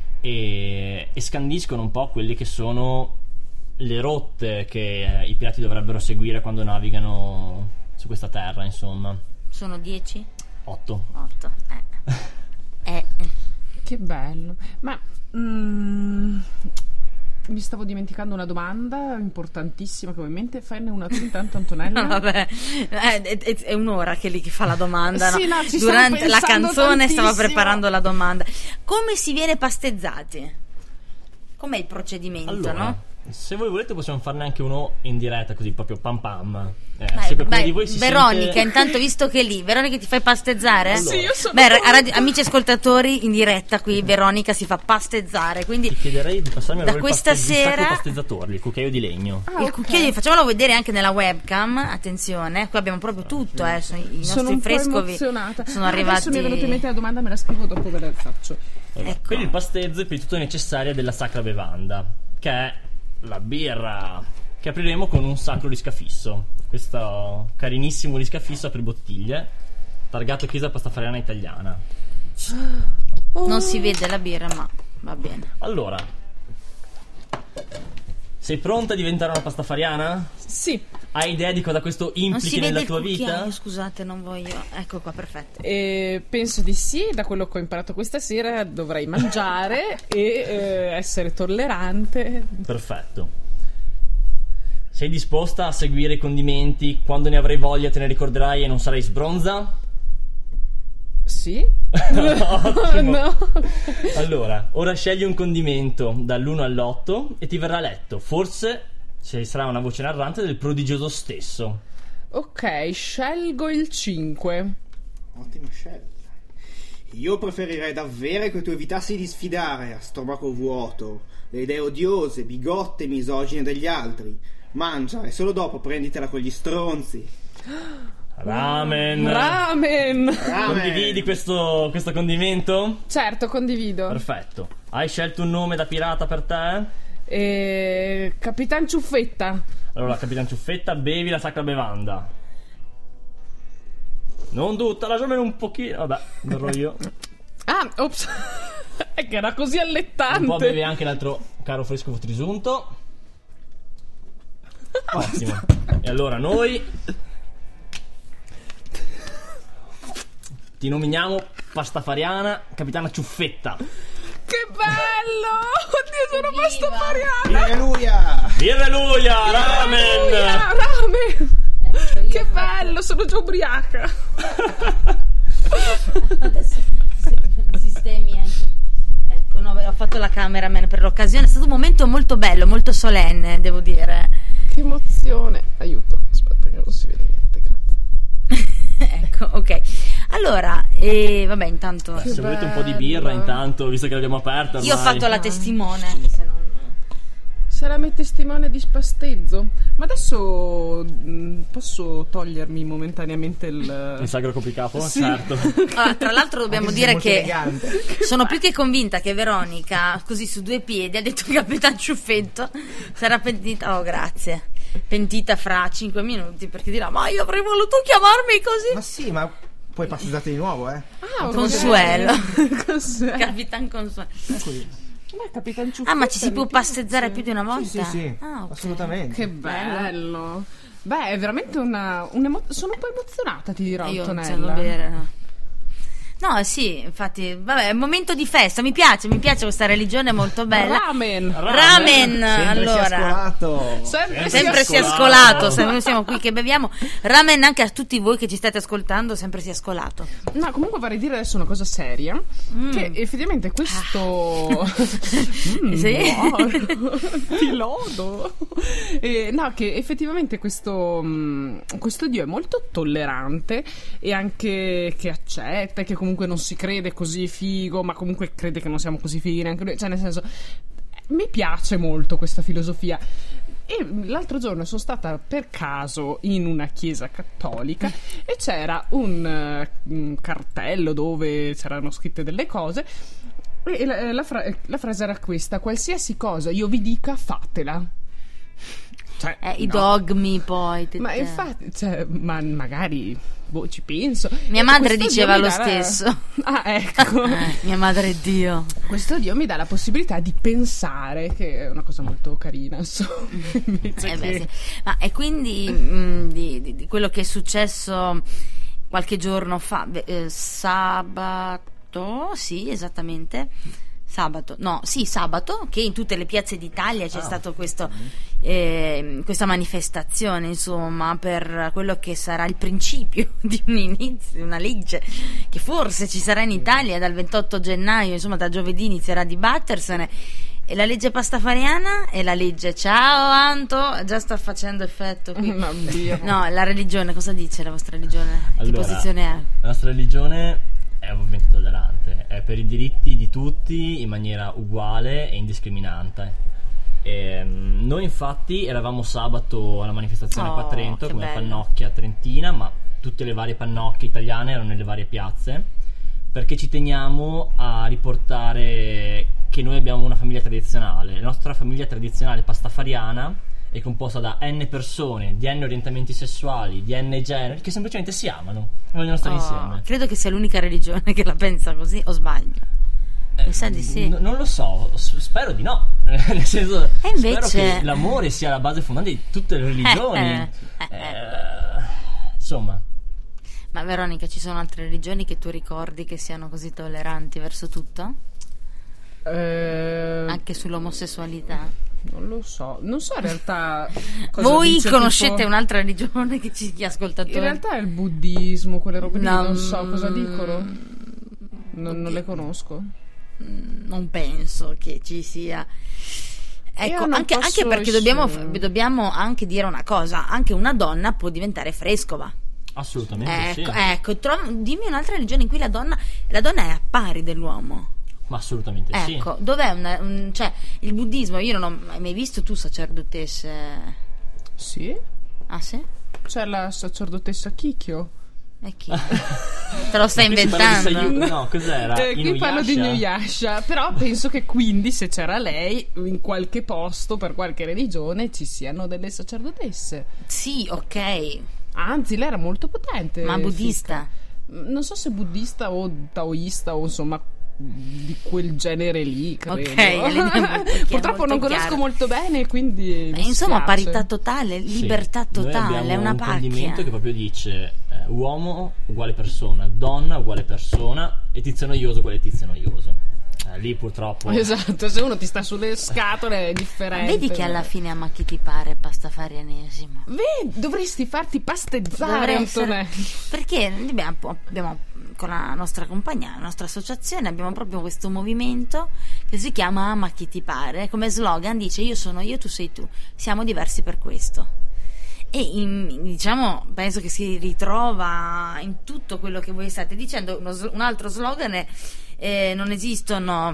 e, e scandiscono un po' quelle che sono le rotte che eh, i pirati dovrebbero seguire quando navigano su questa terra, insomma. Sono dieci? Otto. otto. Eh. eh. Che bello. Ma mm, mi stavo dimenticando una domanda importantissima che ho in mente. Faine una tu intanto, Antonella. No, vabbè, è, è, è un'ora che lì che fa la domanda. Sì, no? no, ci Durante la canzone tantissimo. stava preparando la domanda. Come si viene pastezzati? Com'è il procedimento, Allora, no? se voi volete possiamo farne anche uno in diretta, così proprio pam pam. Eh, Vai, se qualcuno vai, di voi si Veronica, sente... intanto visto che è lì, Veronica ti fai pastezzare? Allora. Sì, io sono Beh, pronta. a radio- amici ascoltatori, in diretta qui Veronica si fa pastezzare, quindi Ti chiederei di passarmi da allora questa il, pastezz- il sacco sera- pastezzatore, il cucchiaio di legno. Ah, il ok. cucchiaio, facciamolo vedere anche nella webcam, attenzione, qui abbiamo proprio tutto, eh, sono- i Sono nostri un po' frescovi emozionata. sono Ah, arrivati. Adesso mi è venuta in mente la domanda, me la scrivo dopo ve la faccio. Allora, Ecco. Per il pastezzo e per tutto necessaria della sacra bevanda, che è la birra, che apriremo con un sacro riscafisso. Questo carinissimo riscafisso a tre bottiglie, targato Chiesa Pastafariana Italiana. Non si vede la birra, ma va bene. Allora, sei pronta a diventare una pastafariana? Sì. Hai idea di cosa questo Non si implichi vede nella il tua cucchiaio, vita? scusate, non voglio. Ecco qua, perfetto. E penso di sì, da quello che ho imparato questa sera dovrei mangiare e eh, essere tollerante. Perfetto. Sei disposta a seguire i condimenti? Quando ne avrai voglia te ne ricorderai e non sarai sbronza? Sì? Ottimo. No. Allora, ora scegli un condimento dall'uno all'otto e ti verrà letto. Forse ci sarà una voce narrante del prodigioso stesso. Ok, scelgo il cinque. Ottima scelta. Io preferirei davvero che tu evitassi di sfidare a stomaco vuoto le idee odiose, bigotte e misogine degli altri. Mangia e solo dopo prenditela con gli stronzi. Ramen. Ramen! Ramen. Condividi questo, questo condimento? Certo, condivido. Perfetto. Hai scelto un nome da pirata per te? E... Capitan Ciuffetta. Allora, Capitan Ciuffetta, bevi la sacra bevanda. Non tutta, lasciamene un pochino. Vabbè, verrò io. Ah, ops. È che era così Un po' allettante. bevi anche l'altro caro fresco trisunto. Ottimo. E allora noi ti nominiamo Pastafariana Capitana Ciuffetta. Che bello! Oddio, sono pastafariana! Alleluia! Alleluia, ramen! Ah, ramen! Ecco, io Che ho fatto- bello, sono già ubriaca. Adesso si- sistemi anche. Ecco, no, ho fatto la cameraman per l'occasione. È stato un momento molto bello, molto solenne, devo dire. Che emozione. Aiuto, aspetta che non si vede niente, grazie. Ecco, ok. Allora, e vabbè, intanto Che Se volete un po' di birra bello. intanto, visto che l'abbiamo aperta io ho ormai. fatto la testimone, anche se non. Sarà mio testimone di spastezzo. Ma adesso mh, posso togliermi momentaneamente il... Il sacro copricapo? Sì. Certo. Ah, tra l'altro dobbiamo Anche se dire sei molto che elegante. sono più che convinta che Veronica, così su due piedi, ha detto che Capitan Ciuffetto sarà pentita. Oh, grazie. Pentita fra cinque minuti perché dirà: ma io avrei voluto chiamarmi così. Ma sì, ma poi passeggiate di nuovo, eh? Ah, ok. Consuelo. Consuelo. Capitan Consuelo. Beh, Capitan Ciuffetta Ah, ma ci si mi può piace. pastezzare più di una volta? Sì, sì, sì, Ah, ok. assolutamente. Che bello. Beh, è veramente una... un'emo- sono un po' emozionata, ti dirò, Io Antonella. iniziando a bere, no. No, sì, infatti, vabbè, è un momento di festa, mi piace, mi piace questa religione molto bella. Ramen. Ramen, Sempre allora. sia scolato. Sempre, Sempre sia scolato. scolato, se noi siamo qui che beviamo. Ramen anche a tutti voi che ci state ascoltando, sempre sia scolato. No, comunque vorrei dire adesso una cosa seria. Mm. Che effettivamente questo... Mm, Sì. buono. Ti lodo. Eh, no, che effettivamente questo, mm, questo Dio è molto tollerante e anche che accetta e che comunque non si crede così figo, ma comunque crede che non siamo così fighi neanche noi. Cioè, nel senso, mi piace molto questa filosofia. E l'altro giorno sono stata per caso in una chiesa cattolica e c'era un, eh, un cartello dove c'erano scritte delle cose e la, la fra- la frase era questa: qualsiasi cosa io vi dica, fatela. Cioè, Eh, I no. dogmi poi. te- Ma te- infatti, cioè, ma magari boh, ci penso. Mia E madre questo diceva Dio mi lo dà la- stesso. Ah, ecco. Eh, mia madre è Dio. Questo Dio mi dà la possibilità di pensare, che è una cosa molto carina, insomma. Invece Eh beh, che- sì. Ma e quindi mh, di, di- di quello che è successo qualche giorno fa, beh, eh, sabato, sì, esattamente. Sabato, no, sì, sabato, che in tutte le piazze d'Italia c'è Ah, stato questo, eh, questa manifestazione, insomma, per quello che sarà il principio di un inizio, di una legge che forse ci sarà in Italia dal ventotto gennaio, insomma, da giovedì inizierà a dibattersene. E la legge pastafariana e la legge, ciao Anto, già sta facendo effetto qui. Oddio. No, la religione, cosa dice la vostra religione? Che Allora, posizione è? La nostra religione è ovviamente tollerante, è per i diritti di tutti in maniera uguale e indiscriminante. E, mm, noi infatti eravamo sabato alla manifestazione Oh, qua a Trento che come bello. pannocchia trentina, ma tutte le varie pannocchie italiane erano nelle varie piazze, perché ci teniamo a riportare che noi abbiamo una famiglia tradizionale. La nostra famiglia tradizionale pastafariana è composta da n persone di n orientamenti sessuali, di n generi, che semplicemente si amano e vogliono stare Oh, insieme. credo che sia l'unica religione che la pensa così, o sbaglio? Mi sa di sì. N- non lo so, s- spero di no. Nel senso, E invece- spero che l'amore sia la base fondante di tutte le religioni. Eh, eh, eh, Eh, insomma, Ma Veronica, ci sono altre religioni che tu ricordi che siano così tolleranti verso tutto? Eh, Anche sull'omosessualità? non lo so, non so in realtà cosa Voi dice, conoscete tipo- un'altra religione che ci gli ascoltatori? In realtà è il buddismo, quelle robe lì, No, non so cosa mm, dicono. Non, non le conosco. non penso che ci sia. Ecco, Io non anche, posso anche perché dobbiamo, essere- dobbiamo anche dire una cosa, anche una donna può diventare frescova. assolutamente Ecco, sì. ecco, trova- dimmi un'altra religione in cui la donna, la donna è a pari dell'uomo. Ma assolutamente sì. Ecco, dov'è una, un, cioè il buddismo, io non ho mai visto tu sacerdotesse. Sì? Ah sì? C'è la sacerdotessa Kikyo. E chi? Te lo stai Ma qui si parla di inventando? Sayu- no, cos'era? Eh, qui parlo di Inuyasha? Inuyasha, però penso che quindi se c'era lei in qualche posto per qualche religione ci siano delle sacerdotesse. Sì, ok. Anzi, lei era molto potente. Ma buddista? fica. Non so se buddista o taoista o insomma di quel genere lì, credo. Ok, le idee molto chiare, Purtroppo molto non conosco chiare. molto bene, quindi Ma mi insomma, spiace. parità totale, Sì. libertà Noi totale, abbiamo è una un condimento pacchia. che proprio dice eh, uomo uguale persona, donna uguale persona e tizio noioso uguale tizio noioso. Eh, lì purtroppo Esatto, se uno ti sta sulle scatole è differente. Vedi che alla fine ama chi ti pare pastafarianesimo. Vedi, dovresti farti pastezzare, Dovrei essere- Antonello. Perché abbiamo, abbiamo con la nostra compagnia, la nostra associazione, abbiamo proprio questo movimento che si chiama Ama chi ti pare. Come slogan dice: io sono io, tu sei tu, siamo diversi per questo. E in- diciamo, penso che si ritrova in tutto quello che voi state dicendo. Uno sl- un altro slogan è: eh, non esistono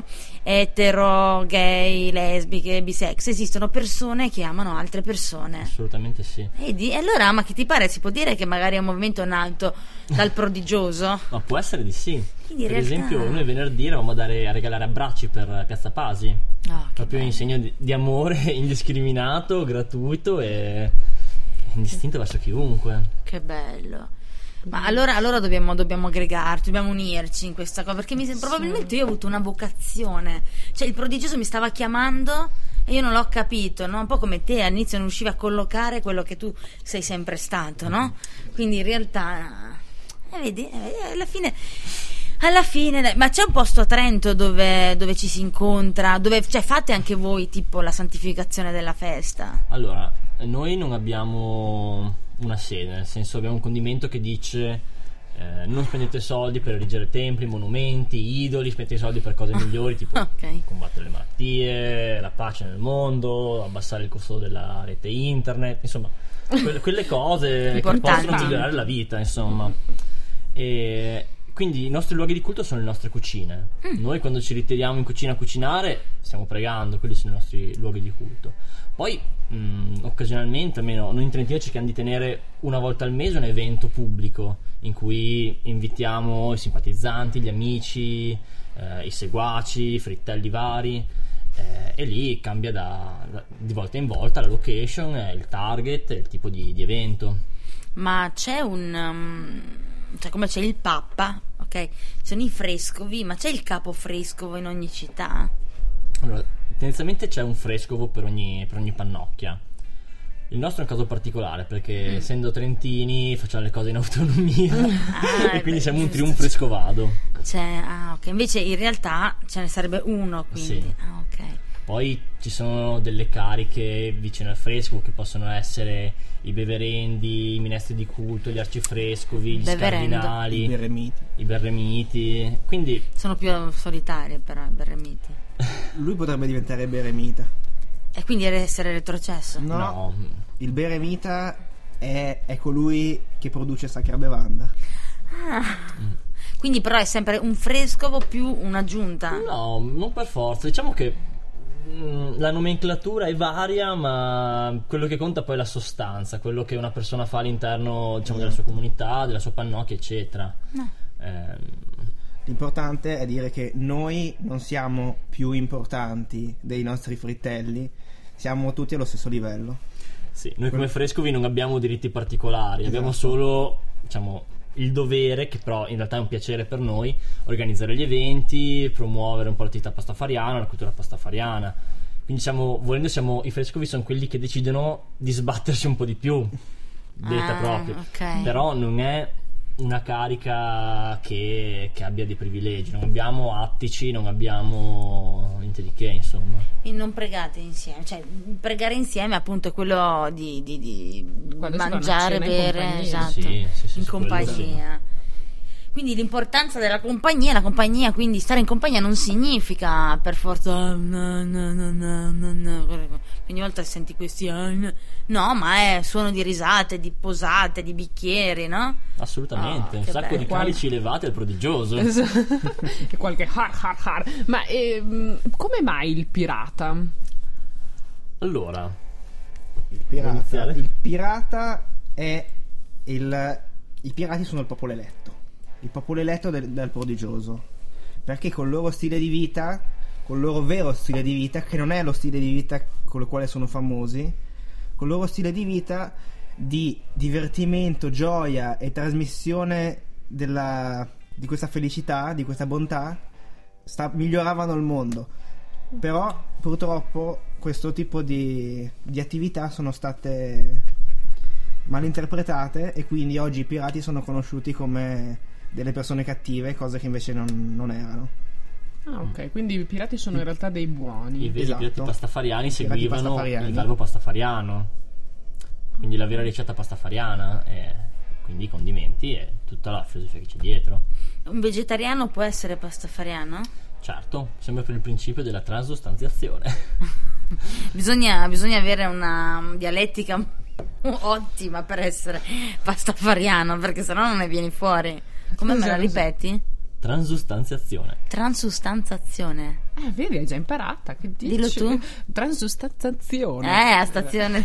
etero, gay, lesbiche, bisex, esistono persone che amano altre persone. assolutamente sì. E, di- e allora, ma che ti pare? Si può dire che magari è un movimento nato dal prodigioso? Ma può essere di sì. Quindi in Per realtà- esempio, noi venerdì eravamo a, dare, a regalare abbracci per Piazza Pasi, Oh, che proprio in bello. segno di, di amore indiscriminato, gratuito e indistinto verso chiunque. Che bello. Ma allora, allora dobbiamo, dobbiamo aggregarci, dobbiamo unirci in questa cosa, perché mi sembra, probabilmente io ho avuto una vocazione, cioè il prodigioso mi stava chiamando e io non l'ho capito, no? Un po' come te all'inizio non riuscivi a collocare quello che tu sei sempre stato, no? Quindi in realtà, eh, vedi, eh, alla fine... Alla fine, dai, ma c'è un posto a Trento dove, dove ci si incontra, dove, cioè fate anche voi tipo la santificazione della festa? Allora, noi non abbiamo una sede, nel senso abbiamo un condimento che dice eh, non spendete soldi per erigere templi, monumenti, idoli, spendete soldi per cose migliori, tipo Ok. combattere le malattie, la pace nel mondo, abbassare il costo della rete internet, insomma, que- quelle cose che Importanti. possono migliorare la vita, insomma. E quindi i nostri luoghi di culto sono le nostre cucine. Noi quando ci ritiriamo in cucina a cucinare stiamo pregando, quelli sono i nostri luoghi di culto. Poi mh, occasionalmente, almeno noi in Trentino cerchiamo di tenere una volta al mese un evento pubblico in cui invitiamo i simpatizzanti, gli amici, eh, i seguaci, i frittelli vari, eh, e lì cambia da, da- di volta in volta la location, eh, il target, il tipo di, di evento. Ma c'è un um, cioè come c'è il Papa, ok? Ci sono i frescovi, ma c'è il capo frescovo in ogni città? Allora, tendenzialmente c'è un frescovo per ogni, per ogni pannocchia. Il nostro è un caso particolare perché mm. essendo trentini facciamo le cose in autonomia ah, e quindi beh, siamo un triunfrescovado. Cioè, ah, ok. Invece in realtà ce ne sarebbe uno, quindi. Sì. Ah, ok. Poi ci sono delle cariche vicino al fresco che possono essere i beverendi, i minestri di culto, gli arcifrescovi, gli Beverendo. scardinali, I berremiti. i berremiti. Quindi sono più solitari però i berremiti. Lui potrebbe diventare beremita. E quindi essere retrocesso? No, no. Il beremita è, è colui che produce sacra bevanda. Ah. Mm. Quindi però è sempre un frescovo più un'aggiunta? No, non per forza. Diciamo che mh, la nomenclatura è varia, ma quello che conta poi è la sostanza, quello che una persona fa all'interno, diciamo, della sua comunità, della sua pannocchia, eccetera. No. Ehm, L'importante è dire che noi non siamo più importanti dei nostri fritelli, siamo tutti allo stesso livello. Sì, noi come frescovi non abbiamo diritti particolari, esatto. Abbiamo solo, diciamo, il dovere, che però in realtà è un piacere per noi, organizzare gli eventi, promuovere un po' l'attività pastafariana, la cultura pastafariana. Quindi siamo, volendo siamo, i frescovi sono quelli che decidono di sbattersi un po' di più, detta ah, proprio. Okay. Però non è una carica che, che abbia dei privilegi, non abbiamo attici, non abbiamo niente di che, insomma. Quindi non pregate insieme, cioè pregare insieme appunto è quello di, di, di mangiare, bere, in esatto, sì, sì, sì, in compagnia. Sì. Quindi l'importanza della compagnia, la compagnia, quindi stare in compagnia non significa per forza no, no, no, no, no, no. Ogni volta senti questi no, ma è suono di risate, di posate, di bicchieri, no? Assolutamente, oh, un sacco bello. di calici elevati al prodigioso. E qualche har har har. Ma ehm, come mai il pirata? Allora, il pirata, il pirata è il i pirati sono il popolo eletto. Il popolo eletto del, del prodigioso, perché col loro stile di vita, col loro vero stile di vita, che non è lo stile di vita con il quale sono famosi, col loro stile di vita di divertimento, gioia e trasmissione della, di questa felicità, di questa bontà, sta, miglioravano il mondo. Però purtroppo questo tipo di, di attività sono state mal interpretate e quindi oggi i pirati sono conosciuti come delle persone cattive, cose che invece non, non erano. Ah, ok, quindi i pirati sono in realtà dei buoni. I veri esatto. pirati pastafariani seguivano pastafariani. il garbo pastafariano, quindi la vera ricetta pastafariana e quindi i condimenti e tutta la filosofia che c'è dietro. Un vegetariano può essere pastafariano? Certo, sempre per il principio della transustanziazione. bisogna, bisogna avere una dialettica ottima per essere pastafariano, perché sennò non ne vieni fuori. Come me la ripeti? Transustanziazione. Transustanzazione. Eh, vedi, hai già imparata. Che dici? Dillo tu. Transustanzazione. Eh, a stazione.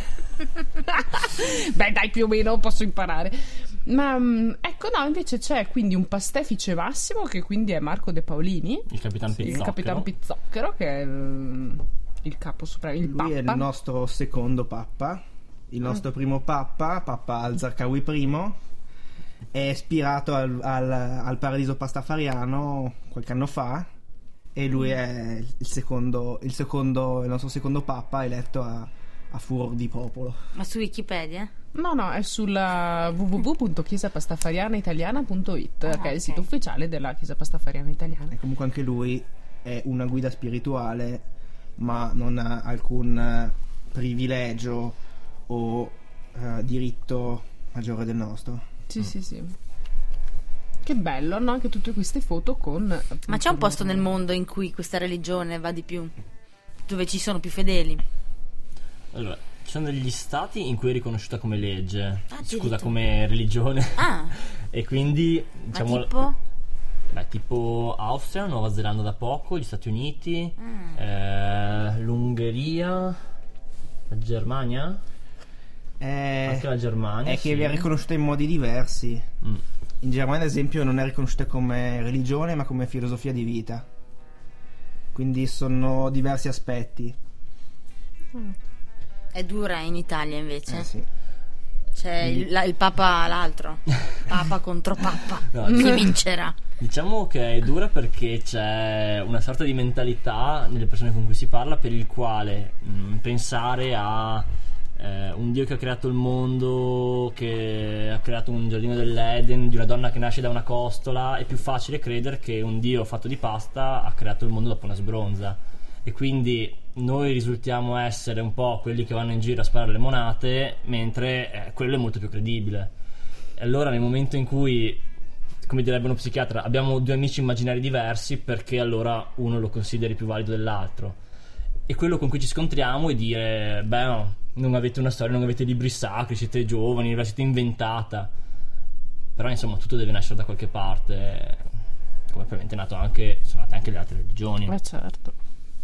Beh, dai, più o meno posso imparare. Ma ecco, no, invece c'è quindi un pastefice Massimo, che quindi è Marco De Paolini, il Capitan sì, Pizzocchero. il Capitan Pizzocchero, che è il, il capo supremo, il Lui Pappa. è il nostro secondo Pappa. Il nostro mm. primo Pappa, Pappa Al-Zarqawi I, è ispirato al, al, al paradiso pastafariano qualche anno fa e lui è il secondo, il secondo, il nostro secondo Pappa eletto a, a furor di popolo. Ma su Wikipedia? No, no, è sulla w w w punto chiesa pastafariana italiana punto i t, ah, che okay. è il sito ufficiale della Chiesa Pastafariana Italiana. E comunque anche lui è una guida spirituale, ma non ha alcun privilegio o uh, diritto maggiore del nostro. Sì, mm. sì, sì. Che bello, hanno anche tutte queste foto con... Ma c'è un posto nel mondo in cui questa religione va di più? Dove ci sono più fedeli? Allora, ci sono degli stati in cui è riconosciuta come legge, ah, scusa, come religione. Ah. E quindi, diciamo... Ma tipo? Beh, tipo Austria, Nuova Zelanda da poco, gli Stati Uniti, mm. eh, l'Ungheria, la Germania... È, anche la Germania è sì. che viene riconosciuta in modi diversi. mm. In Germania ad esempio non è riconosciuta come religione ma come filosofia di vita, quindi sono diversi aspetti. mm. È dura in Italia invece? Eh sì. C'è il, la, il Papa l'altro Papa contro Papa. No, chi vincerà? Diciamo che è dura perché c'è una sorta di mentalità nelle persone con cui si parla per il quale mh, pensare a eh, un dio che ha creato il mondo, che ha creato un giardino dell'Eden, di una donna che nasce da una costola, è più facile credere che un dio fatto di pasta ha creato il mondo dopo una sbronza. E quindi noi risultiamo essere un po' quelli che vanno in giro a sparare le monate, mentre eh, quello è molto più credibile. E allora nel momento in cui, come direbbe uno psichiatra, abbiamo due amici immaginari diversi, perché allora uno lo consideri più valido dell'altro. E quello con cui ci scontriamo è dire: beh, no, non avete una storia, non avete libri sacri, siete giovani, la siete inventata. Però insomma tutto deve nascere da qualche parte, come probabilmente è nato anche, sono nate anche le altre religioni. Ma certo.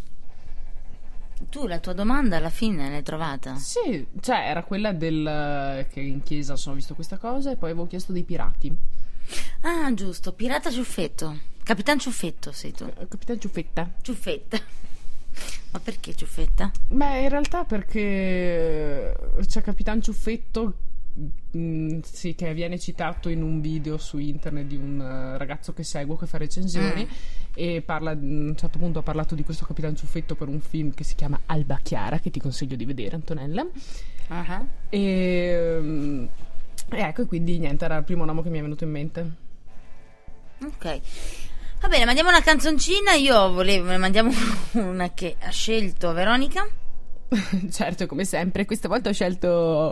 Tu la tua domanda alla fine l'hai trovata? Sì, cioè era quella del che in chiesa sono visto questa cosa, e poi avevo chiesto dei pirati. Ah, giusto, pirata ciuffetto. Capitan Ciuffetto sei tu. Capitan Ciuffetta. Ciuffetta. Ma perché ciuffetta? Beh, in realtà perché c'è Capitan Ciuffetto, mh, sì, che viene citato in un video su internet di un uh, ragazzo che seguo, che fa recensioni, mm. e parla, a un certo punto ha parlato di questo Capitan Ciuffetto per un film che si chiama Alba Chiara, che ti consiglio di vedere, Antonella. Uh-huh. E, um, e ecco, e quindi niente, era il primo nome che mi è venuto in mente. Ok. Va bene, mandiamo una canzoncina. Io volevo, ne mandiamo una che ha scelto Veronica. Certo, come sempre. Questa volta ho scelto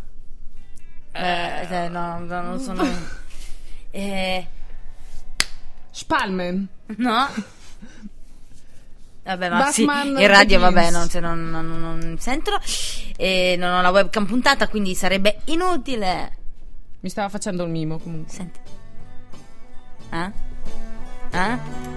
eh, eh no, no, non sono eh... Spalmen. No. Vabbè, ma Batman sì, in radio Begins. vabbè, non, cioè, non, non, non sentono, e non ho la webcam puntata, quindi sarebbe inutile. Mi stava facendo il mimo comunque. Senti. Eh? Eh?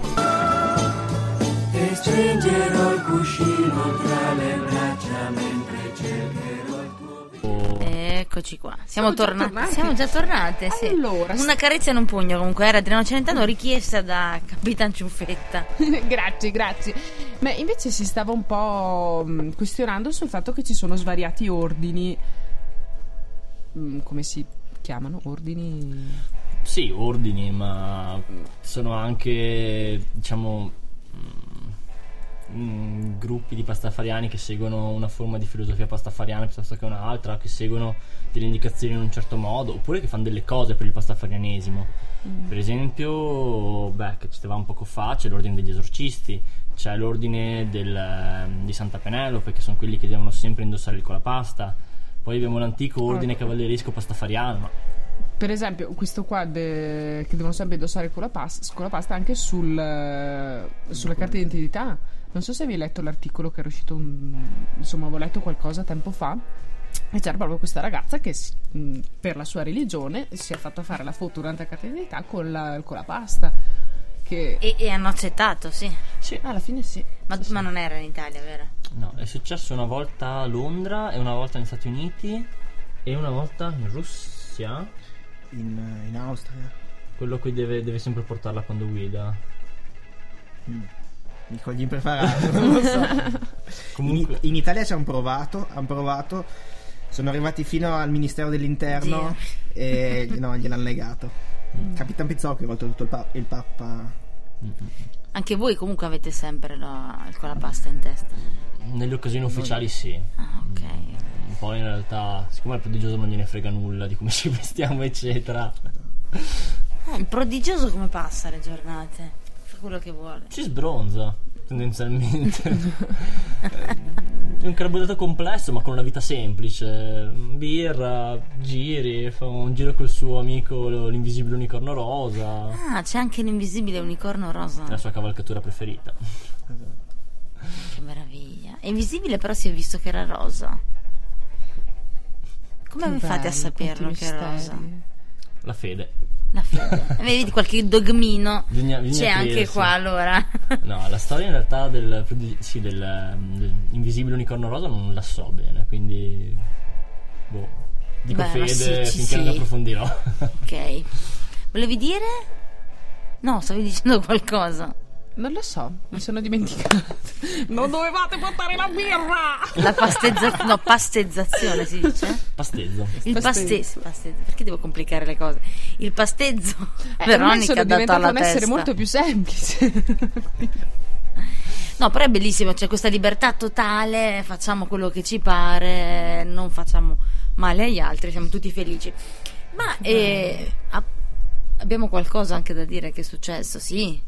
E stringerò il cuscino tra le braccia mentre cercherò il tuo viso. Eccoci qua. Siamo, Siamo già tornati. tornate. Siamo già tornate, sì. Allora, una carezza in un pugno comunque era Adriano Celentano, richiesta da Capitan Ciuffetta. grazie, grazie. Ma invece si stava un po' mh, questionando sul fatto che ci sono svariati ordini. Mh, come si chiamano? Ordini? Sì, ordini, ma sono anche, diciamo, mh, gruppi di pastafariani che seguono una forma di filosofia pastafariana piuttosto che un'altra, che seguono delle indicazioni in un certo modo, oppure che fanno delle cose per il pastafarianesimo. Mm. Per esempio, beh, che citavamo poco fa, c'è l'ordine degli esorcisti, c'è l'ordine del, di Santa Penelope, che sono quelli che devono sempre indossare il colapasta. Poi abbiamo l'antico ordine ecco. cavalleresco pastafariano, ma... Per esempio, questo qua de... che devono sempre indossare con la pasta, con la pasta anche sul, sulla carta d'identità. Non so se avevi letto l'articolo che era uscito, un... insomma, avevo letto qualcosa tempo fa, e c'era proprio questa ragazza che per la sua religione si è fatta fare la foto durante la carta d'identità con la, con la pasta. Che... E, e hanno accettato, sì. Sì, alla fine sì. Ma, sì, ma sì. non era in Italia, vero? No, è successo una volta a Londra e una volta negli Stati Uniti e una volta in Russia. In, in Austria. Quello qui deve, deve sempre portarla quando guida. Mm. Mi cogli impreparato, non lo so. Comunque... in, in Italia ci hanno provato, hanno provato, sono arrivati fino al Ministero dell'Interno Dio. E no, gliel'hanno negato. Mm. Capitan Pizzocchio, oltretutto il, pa- il Papa. Mm-hmm. Anche voi comunque avete sempre la, il colapasta in testa? Nelle occasioni ufficiali sì. Ah, ok. Poi in realtà, siccome al prodigioso non gliene frega nulla di come ci vestiamo, eccetera. Eh, il prodigioso come passa le giornate? Fa quello che vuole. Si sbronza, tendenzialmente. È un carboidrato complesso, ma con una vita semplice. Birra, giri, fa un giro col suo amico l'invisibile unicorno rosa. Ah, c'è anche l'invisibile unicorno rosa. È la sua cavalcatura preferita. Che meraviglia. È invisibile, però si è visto che era rosa. Come vi fate a saperlo che è rosa? La fede. La fede. Vedi qualche dogmino? Bisogna, bisogna c'è credersi. anche qua, allora. No, la storia in realtà del, sì, del, del invisibile unicorno rosa non la so bene, quindi boh, dico Beh, fede sì, finché sì. non la approfondirò. Ok. Volevi dire? No, stavi dicendo qualcosa. Non lo so, mi sono dimenticata. Non dovevate portare la birra! La pastezza... No, pastezzazione si dice? Pastezzo. Il Pastezzo. pastezzo. Pastezzo. Perché devo complicare le cose? Il pastezzo. Eh, Veronica ha dato alla un essere testa. molto più semplice. No, però è bellissimo, c'è questa libertà totale, facciamo quello che ci pare, non facciamo male agli altri, siamo tutti felici. Ma eh, a- abbiamo qualcosa anche da dire che è successo, sì.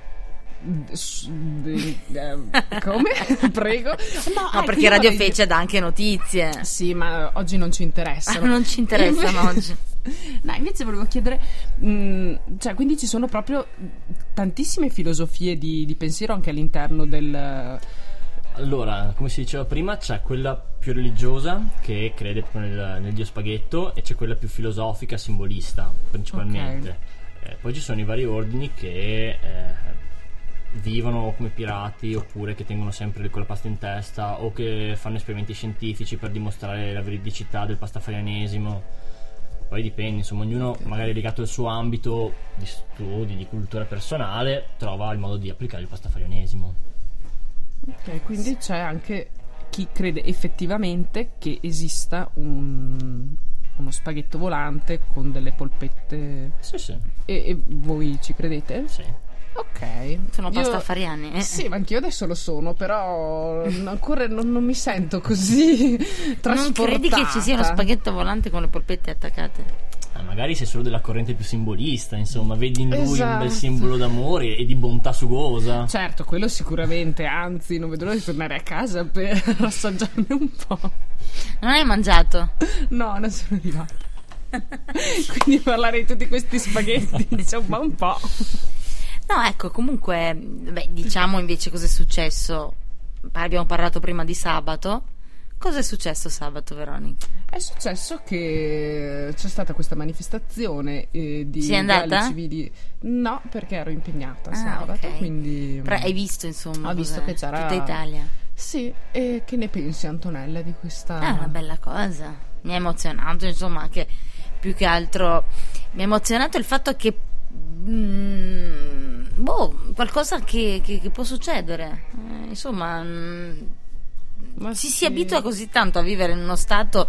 S- de- eh, come? Prego. No, No, ecco, perché io Radio vorrei- Fece dà anche notizie. Sì, ma oggi non ci interessano. Ah, non ci interessano oggi. No, invece volevo chiedere, mh, cioè, quindi ci sono proprio tantissime filosofie di, di pensiero anche all'interno del... Allora, come si diceva prima, c'è quella più religiosa che crede proprio nel, nel dio spaghetto, e c'è quella più filosofica, simbolista principalmente. Eh, poi ci sono i vari ordini che eh, vivono come pirati, oppure che tengono sempre con la pasta in testa, o che fanno esperimenti scientifici per dimostrare la veridicità del pastafarianesimo. Poi dipende, insomma, ognuno magari legato al suo ambito di studi, di cultura personale, trova il modo di applicare il pastafarianesimo. Ok, quindi c'è anche chi crede effettivamente che esista un, uno spaghetto volante con delle polpette. Sì, sì, E, e voi ci credete? sì. Ok. Sono Io- pastafariani. eh. Sì, ma anch'io adesso lo sono, però ancora non, non mi sento così trasportata. Non credi che ci sia uno spaghetto volante con le polpette attaccate? Eh, magari sei solo della corrente più simbolista, insomma, vedi in lui un Esatto. bel simbolo d'amore e di bontà sugosa. Certo, quello sicuramente, anzi non vedo l'ora di tornare a casa per assaggiarne un po'. Non hai mangiato? No, non sono arrivata. Quindi parlare di tutti questi spaghetti, insomma, un po'. No, ecco, comunque, beh, diciamo invece cosa è successo. Abbiamo parlato prima di sabato. Cosa è successo sabato, Veronica? È successo che c'è stata questa manifestazione eh, di Sei andata? ideali civili. No, perché ero impegnata Ah, sabato, ok. quindi... Però hai visto, insomma, Ho visto cos'è? che c'era... Tutta Italia. Sì, e che ne pensi, Antonella, di questa... È una bella cosa. Mi ha emozionato, insomma, che più che altro mi ha emozionato il fatto che mm, boh, qualcosa che, che- che può succedere. Eh, insomma, mm, Ma ci sì. si abitua così tanto a vivere in uno stato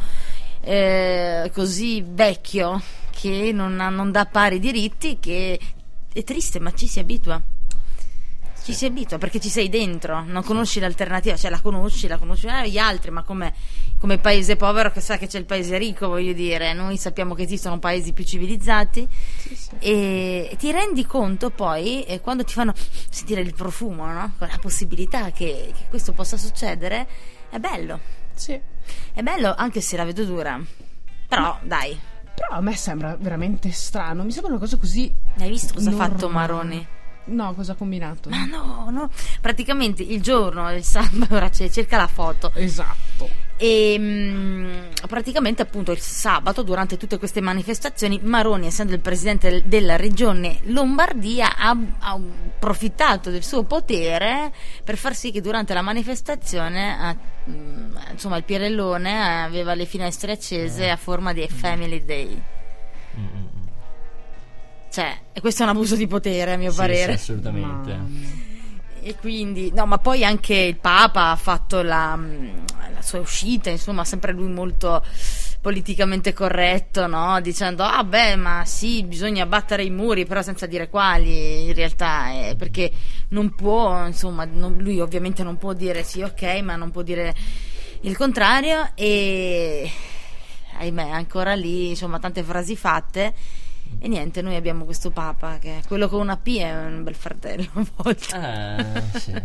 eh, così vecchio che non, ha- non dà pari diritti, che è triste, ma ci si abitua. Ci si abitua perché ci sei dentro, non conosci l'alternativa, cioè la conosci, la conosci eh, gli altri, ma come, come paese povero che sa che c'è il paese ricco, voglio dire, noi sappiamo che esistono paesi più civilizzati. Sì, sì. E ti rendi conto poi eh, quando ti fanno sentire il profumo, no? Con la possibilità che, che questo possa succedere, è bello, Sì. è bello anche se la vedo dura, però dai, Però a me sembra veramente strano, mi sembra una cosa così... hai visto cosa ha fatto normale. Maroni? No, cosa ha combinato? Ma no, no, praticamente il giorno, il sabato, ora c'è, cerca la foto. Esatto. E mm, praticamente appunto il sabato, durante tutte queste manifestazioni, Maroni, essendo il presidente del- della regione Lombardia, ha, ha approfittato del suo potere per far sì che durante la manifestazione ah, mm, insomma il Pirellone aveva le finestre accese a forma di Family Day. Mm, mm, mm. Cioè, e questo è un abuso di potere, a mio Sì, parere. sì, assolutamente. Ma- E quindi, no, ma poi anche il Papa ha fatto la, la sua uscita, insomma, sempre lui molto politicamente corretto, no? Dicendo, ah beh, ma sì, bisogna battere i muri, però senza dire quali, in realtà, eh, perché non può, insomma, non- lui ovviamente non può dire sì, ok, ma non può dire il contrario, e ahimè, ancora lì, insomma, tante frasi fatte. E niente, noi abbiamo questo Papa che è quello con una P, è un bel fratello a volte. Eh, sì.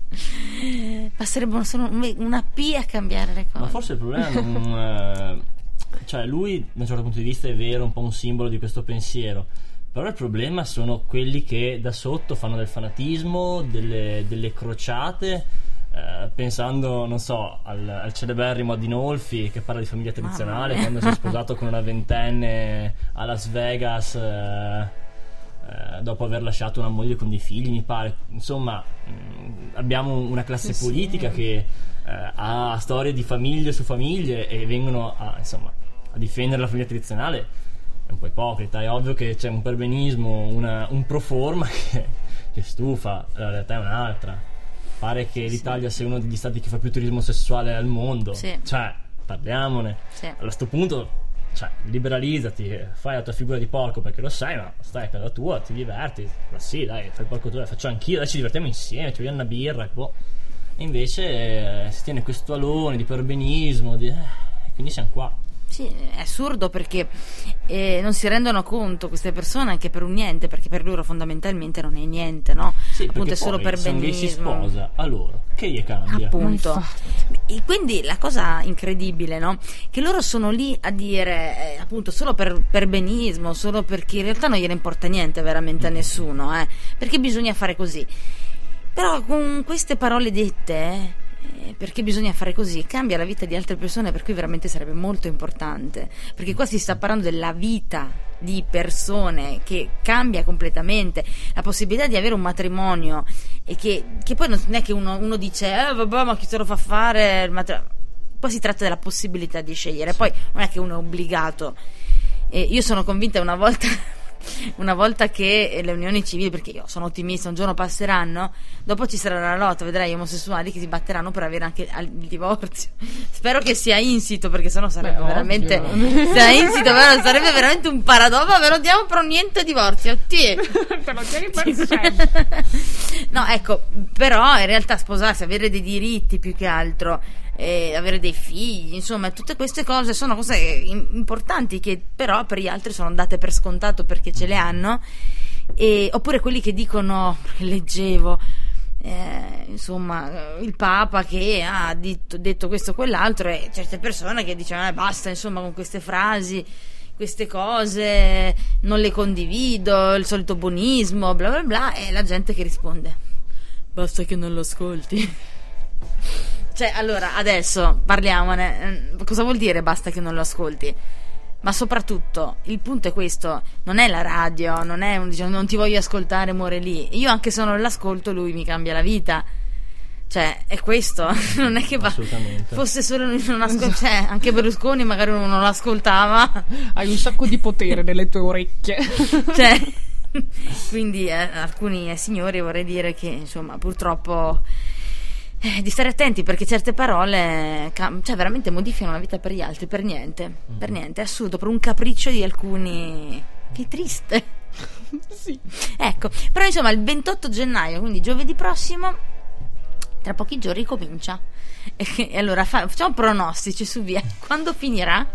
Basterebbe solo un- una P a cambiare le cose. Ma forse il problema non... eh, cioè lui da un certo punto di vista è vero, un po' un simbolo di questo pensiero, però il problema sono quelli che da sotto fanno del fanatismo, delle, delle crociate, eh, pensando, non so, al, al celeberrimo Adinolfi che parla di famiglia tradizionale mia. quando si è sposato con una ventenne a Las Vegas, eh, eh, dopo aver lasciato una moglie con dei figli, mi pare. Insomma, mh, abbiamo una classe Sì, sì. politica che eh, ha storie di famiglie su famiglie e vengono a, insomma, a difendere la famiglia tradizionale. È un po' ipocrita, è ovvio che c'è un perbenismo, una, un pro forma che, che stufa, la realtà è un'altra. Pare che l'Italia sia uno degli stati che fa più turismo sessuale al mondo. Sì. Cioè, parliamone. Sì. A questo punto cioè, liberalizzati, fai la tua figura di porco perché lo sai, ma stai a casa tua, ti diverti, ma sì, dai, fai il porco tu, faccio anch'io, dai, ci divertiamo insieme, ci vogliamo una birra, boh. E invece eh, si tiene questo alone di perbenismo, di... eh, quindi siamo qua. Sì, è assurdo perché eh, non si rendono conto queste persone anche per un niente, perché per loro fondamentalmente non è niente, no? Sì, appunto è solo per perbenismo. Se un gay si sposa, a loro, che gli cambia? Appunto. E quindi la cosa incredibile, no? Che loro sono lì a dire eh, appunto solo per perbenismo, solo perché in realtà non gliene importa niente veramente a nessuno, eh? Perché bisogna fare così. Però con queste parole dette, eh, perché bisogna fare così, cambia la vita di altre persone, per cui veramente sarebbe molto importante, perché qua si sta parlando della vita di persone che cambia completamente, la possibilità di avere un matrimonio e che, che poi non è che uno, uno dice eh vabbè, ma chi te lo fa fare il matrimonio. Poi si tratta della possibilità di scegliere, sì. Poi non è che uno è obbligato. E io sono convinta una volta una volta che le unioni civili, perché io sono ottimista, un giorno passeranno, dopo ci sarà la lotta, vedrai gli omosessuali che si batteranno per avere anche il divorzio. Spero che sia insito, perché sennò sarebbe Beh, veramente sia insito, però sarebbe veramente un paradosso, ma non diamo però niente divorzio, ti te lo tieni per sempre. No, ecco, però in realtà sposarsi, avere dei diritti più che altro, e avere dei figli, insomma, tutte queste cose sono cose importanti che però per gli altri sono date per scontato perché ce le hanno. E, oppure quelli che dicono, leggevo eh, insomma il Papa che ha detto, detto questo o quell'altro, e certe persone che dicevano eh, basta insomma con queste frasi, queste cose non le condivido, il solito buonismo, bla bla bla, e la gente che risponde basta che non lo ascolti. Cioè, allora, adesso parliamone. Cosa vuol dire basta che non lo ascolti? Ma soprattutto, il punto è questo: non è la radio, non è un diciamo, non ti voglio ascoltare, muore lì. Io anche se non l'ascolto, lui mi cambia la vita. Cioè, è questo. Non è che va, fosse solo lui non ascolta. Cioè, anche Berlusconi magari uno non l'ascoltava. Hai un sacco di potere nelle tue orecchie. Cioè, quindi eh, alcuni eh, signori vorrei dire che, insomma, purtroppo Eh, di stare attenti, perché certe parole cam- cioè veramente modificano la vita per gli altri per niente, mm. per niente, è assurdo, per un capriccio di alcuni. Che triste. Sì. Ecco, però insomma il ventotto gennaio, quindi giovedì prossimo, tra pochi giorni comincia. E, e allora fa- facciamo pronostici su via. Quando finirà?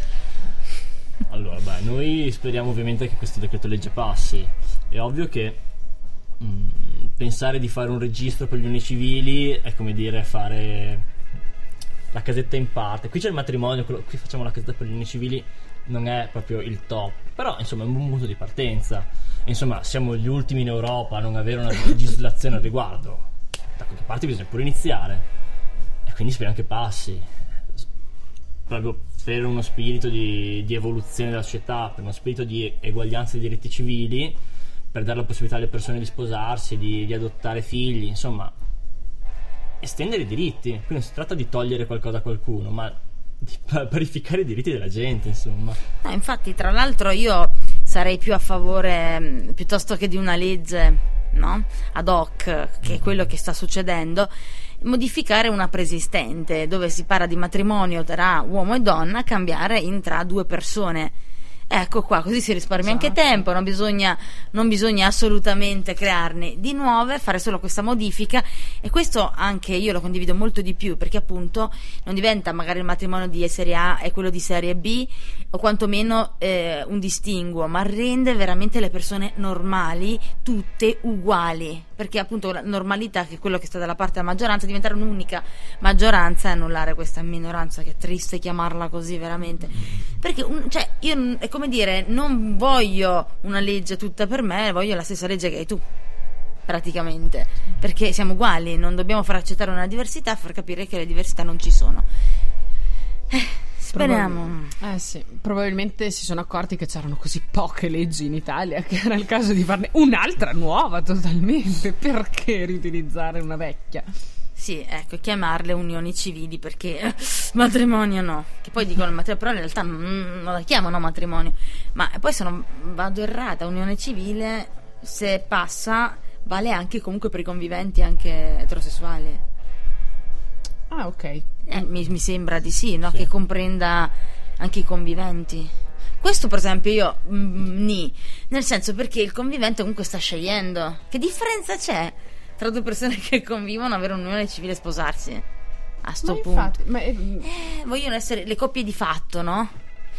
Allora, beh, noi speriamo ovviamente che questo decreto legge passi. È ovvio che mh, pensare di fare un registro per gli unioni civili è come dire fare la casetta in parte. Qui c'è il matrimonio, quello, qui facciamo la casetta per gli unioni civili, non è proprio il top, però insomma è un buon punto di partenza. Insomma, siamo gli ultimi in Europa a non avere una legislazione al riguardo. Da qualche parte bisogna pure iniziare, e quindi speriamo che passi, proprio per uno spirito di, di evoluzione della società, per uno spirito di eguaglianza dei diritti civili, per dare la possibilità alle persone di sposarsi, di, di adottare figli, insomma estendere i diritti. Qui non si tratta di togliere qualcosa a qualcuno, ma di parificare i diritti della gente, insomma. No, infatti, tra l'altro io sarei più a favore, piuttosto che di una legge, no? Ad hoc, che è quello che sta succedendo, modificare una preesistente dove si parla di matrimonio tra uomo e donna, cambiare in tra due persone. Ecco qua, così si risparmia esatto. anche tempo, non bisogna, non bisogna assolutamente crearne di nuove, fare solo questa modifica. E questo anche io lo condivido molto di più, perché appunto non diventa magari il matrimonio di serie A e quello di serie B, o quantomeno eh, un distinguo, ma rende veramente le persone normali tutte uguali, perché appunto la normalità, che è quello che sta dalla parte della maggioranza, diventare un'unica maggioranza e annullare questa minoranza, che è triste chiamarla così veramente, perché un, cioè io è come dire, non voglio una legge tutta per me, voglio la stessa legge che hai tu, praticamente, perché siamo uguali, non dobbiamo far accettare una diversità, far capire che le diversità non ci sono. Eh, speriamo. Probab- eh sì, probabilmente si sono accorti che c'erano così poche leggi in Italia che era il caso di farne un'altra nuova totalmente. Perché riutilizzare una vecchia? Sì, ecco, chiamarle unioni civili, perché eh, matrimonio no, che poi dicono il matrimonio, però in realtà non, non la chiamano matrimonio. Ma poi se non vado errata, unione civile, se passa, vale anche comunque per i conviventi anche eterosessuali. Ah, ok. Eh, mi, mi sembra di sì, no? Sì. Che comprenda anche i conviventi. Questo per esempio io mm, ni, nel senso, perché il convivente comunque sta scegliendo. Che differenza c'è tra due persone che convivono avere un'unione civile e sposarsi? A sto Ma punto infatti, ma è- eh, vogliono essere le coppie di fatto, no?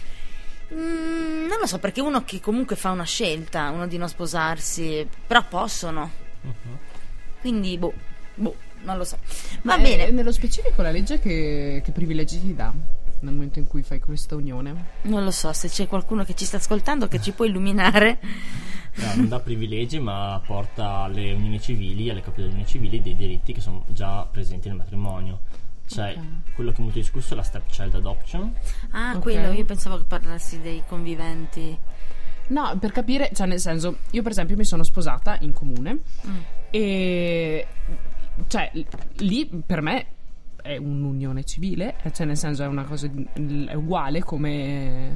Mm, non lo so, perché uno che comunque fa una scelta, uno di non sposarsi, però possono. Quindi boh, boh, non lo so. Va ma bene. è- nello specifico la legge che, che privilegi ti dà nel momento in cui fai questa unione? Non lo so, se c'è qualcuno che ci sta ascoltando che ci può illuminare. No, non dà privilegi, ma porta alle unioni civili, alle coppie delle unioni civili, dei diritti che sono già presenti nel matrimonio. Cioè, Ok. quello che è molto discusso è la stepchild adoption. Ah, Ok. quello, io pensavo che parlassi dei conviventi. No, per capire, cioè nel senso, io per esempio mi sono sposata in comune Mm. e cioè l- lì per me è un'unione civile, eh, cioè nel senso è una cosa di- è uguale come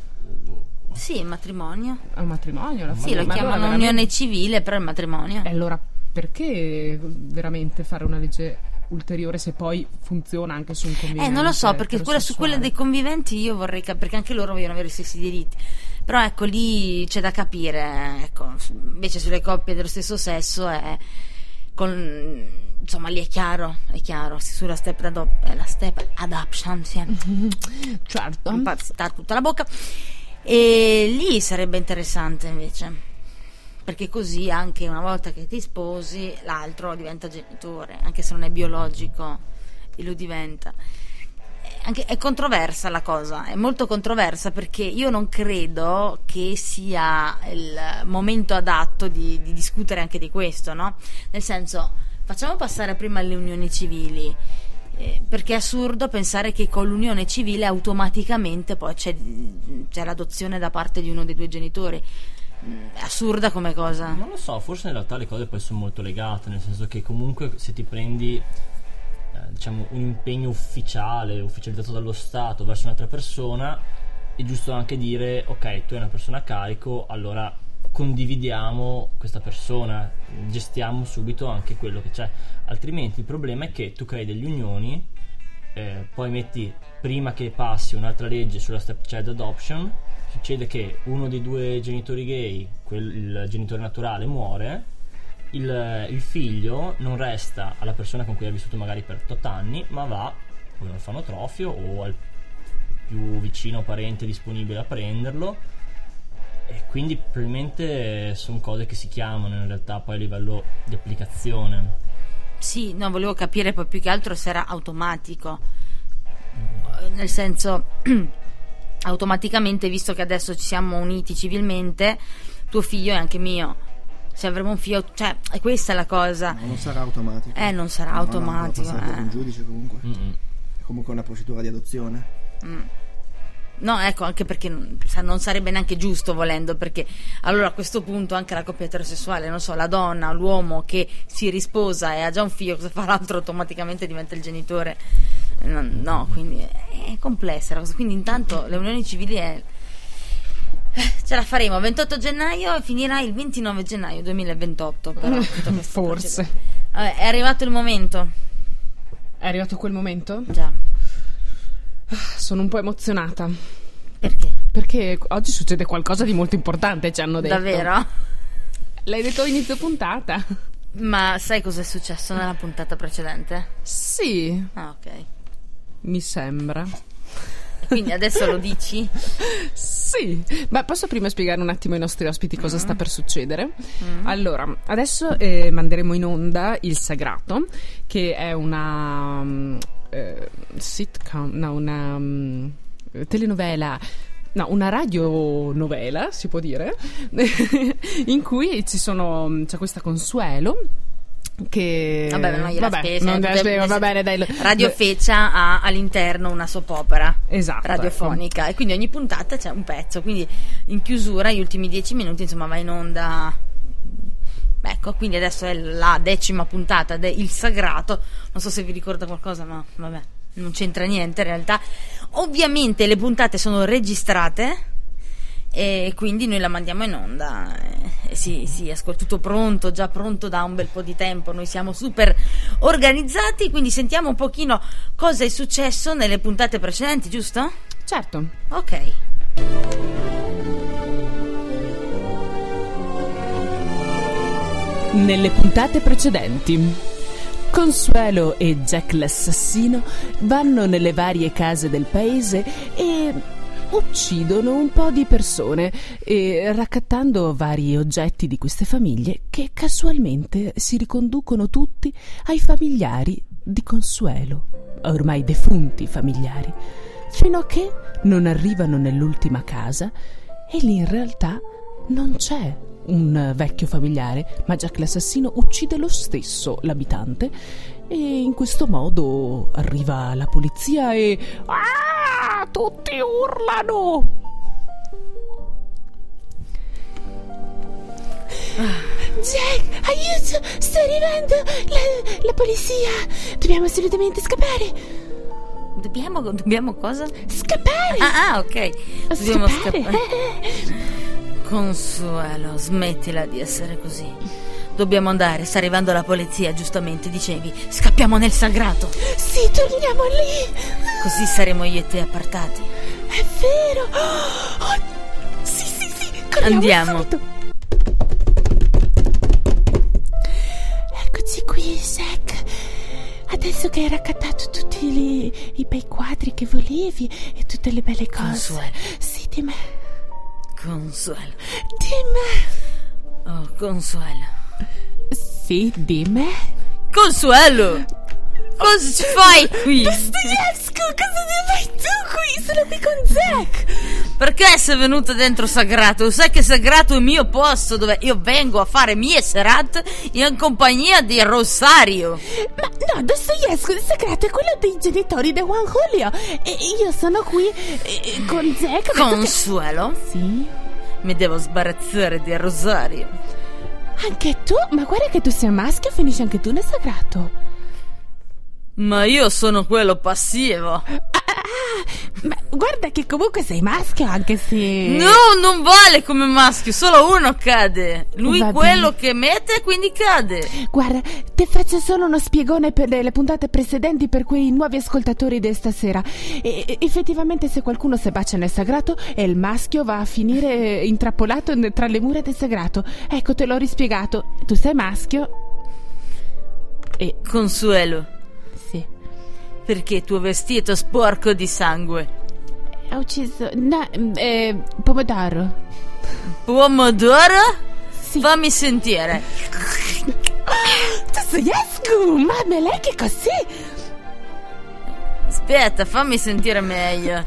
Sì, il matrimonio. a un matrimonio alla Sì, fine. lo Ma chiamano allora unione veramente- civile, però è il matrimonio. E allora perché veramente fare una legge ulteriore se poi funziona anche su un convivente? Eh, non lo so, perché quella, su quella dei eterosessuale? conviventi io vorrei capire, perché anche loro vogliono avere i stessi diritti. Però ecco, lì c'è da capire, ecco. Invece sulle coppie dello stesso sesso è con, insomma, lì è chiaro, è chiaro. Sulla step, adop- eh, la step adoption, sì. Certo. Impazzita tutta la bocca. E lì sarebbe interessante invece, perché così anche una volta che ti sposi l'altro diventa genitore, anche se non è biologico e lo diventa. Eh, Anche, è controversa la cosa, è molto controversa, perché io non credo che sia il momento adatto di, di discutere anche di questo, no? Nel senso, facciamo passare prima le unioni civili, eh, perché è assurdo pensare che con l'unione civile automaticamente poi c'è, c'è l'adozione da parte di uno dei due genitori. Mm, È assurda come cosa. Non lo so, forse in realtà le cose poi sono molto legate, nel senso che comunque se ti prendi eh, diciamo un impegno ufficiale, ufficializzato dallo Stato verso un'altra persona, è giusto anche dire ok, tu hai una persona a carico, allora condividiamo questa persona, gestiamo subito anche quello che c'è. Altrimenti il problema è che tu crei delle unioni, eh, poi metti, prima che passi un'altra legge sulla stepchild adoption, succede che uno dei due genitori gay, quel, il genitore naturale, muore, il, il figlio non resta alla persona con cui ha vissuto magari per otto anni, ma va o in orfanotrofio o al più vicino parente disponibile a prenderlo, e quindi probabilmente sono cose che si chiamano in realtà poi a livello di applicazione. Sì, no, volevo capire poi più che altro se era automatico, nel senso automaticamente, visto che adesso ci siamo uniti civilmente, tuo figlio è anche mio. Se avremo un figlio, cioè, è questa la cosa. No, non sarà automatico. Eh, non sarà No, no, automatico. deve passare per eh. un giudice comunque. Mm-mm. È comunque una procedura di adozione. No, ecco, anche perché non sa- non sarebbe neanche giusto, volendo, perché allora a questo punto anche la coppia eterosessuale, non so, la donna, l'uomo che si risposa e ha già un figlio, cosa fa l'altro? Automaticamente diventa il genitore. No, no, quindi è complessa la cosa. Quindi intanto le unioni civili è... eh, ce la faremo ventotto gennaio e finirà il ventinove gennaio duemilaventotto, però tutta questa Forse. procedura. Vabbè, è arrivato il momento. È arrivato quel momento? Già. Sono un po' emozionata Perché? perché oggi succede qualcosa di molto importante, ci hanno detto. Davvero? L'hai detto inizio puntata? Ma sai cosa è successo nella puntata precedente? Sì, Ah, ok. mi sembra. Quindi adesso lo dici? Sì, ma posso prima spiegare un attimo ai nostri ospiti cosa sta per succedere? Allora, adesso eh, manderemo in onda Il Sagrato, che è una mm, eh, sitcom, no, una mm, telenovela. No, una radionovela, si può dire, in cui ci sono, c'è questa Consuelo che... Vabbè, non gliela vabbè, spiego, non te la tutte- spiego, va bene, dai. Radio Feccia ha all'interno una soap opera Esatto, radiofonica e quindi ogni puntata c'è un pezzo, quindi in chiusura gli ultimi dieci minuti insomma va in onda. Ecco, quindi adesso è la decima puntata de Il Sagrato, non so se vi ricorda qualcosa, ma vabbè, non c'entra niente in realtà. Ovviamente le puntate sono registrate e quindi noi la mandiamo in onda. Eh, sì, sì, è tutto pronto, già pronto da un bel po' di tempo. Noi siamo super organizzati, quindi sentiamo un pochino cosa è successo nelle puntate precedenti, giusto? Certo. Ok. Nelle puntate precedenti, Consuelo e Jack l'assassino vanno nelle varie case del paese e uccidono un po' di persone, e raccattando vari oggetti di queste famiglie che casualmente si riconducono tutti ai familiari di Consuelo, ormai defunti familiari, fino a che non arrivano nell'ultima casa e lì in realtà non c'è un vecchio familiare, ma Jack l'assassino uccide lo stesso l'abitante, e in questo modo arriva la polizia e ah, tutti urlano. Jack, aiuto, sta arrivando la, la polizia. Dobbiamo assolutamente scappare. Dobbiamo, dobbiamo cosa? Scappare. Ah, ah, ok. Dobbiamo Scappare. scappare. Consuelo, smettila di essere così. Dobbiamo andare, sta arrivando la polizia, giustamente dicevi. Scappiamo nel sagrato. Sì, torniamo lì. Così saremo io e te appartati. È vero. Oh, sì, sì, sì. Corriamo Andiamo. subito. Eccoci qui, Jack. Adesso che hai raccattato tutti i, i bei quadri che volevi e tutte le belle cose. Consuelo. Sì, di me. Consuelo. Di me. Oh, Consuelo. Sì, di me. Consuelo! Cosa ci fai qui? Dostoevsky, cosa ne fai tu qui? Sono qui con Jack. Perché sei venuta dentro Sagrato? Sai che Sagrato è il mio posto dove io vengo a fare mie serate in compagnia di Rosario. Ma no, Dostoevsky, il segreto è quello dei genitori di Juan Julio. E io sono qui eh, con Jack. Consuelo? Sì. Mi devo sbarazzare di Rosario. Anche tu? Ma guarda che tu sei maschio e finisci anche tu nel sagrato. Ma io sono quello passivo. Ah, ah, ma guarda che comunque sei maschio anche se... No, non vale come maschio, solo uno cade. Lui Va quello bene. che mette, quindi cade. Guarda, ti faccio solo uno spiegone per le, le puntate precedenti per quei nuovi ascoltatori di stasera. E, e- effettivamente se qualcuno si bacia nel sagrato e il maschio va a finire intrappolato ne- tra le mura del sagrato. Ecco, te l'ho rispiegato. Tu sei maschio e... Consuelo, Sì. perché tuo vestito è sporco di sangue. Ha ucciso... No, eh, pomodoro. Pomodoro? Sì. Fammi sentire. Dostoevsky, ma me lei che così? Aspetta, fammi sentire meglio.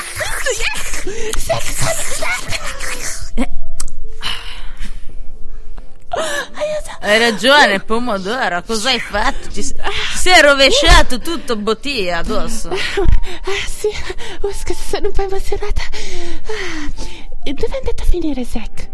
Hai ragione, pomodoro, cosa hai fatto? Ci s- si è rovesciato tutto bottiglia addosso. Ah, sì, oh, scusa, sono un po' emozionata. Ah, e dove è andato a finire Jack?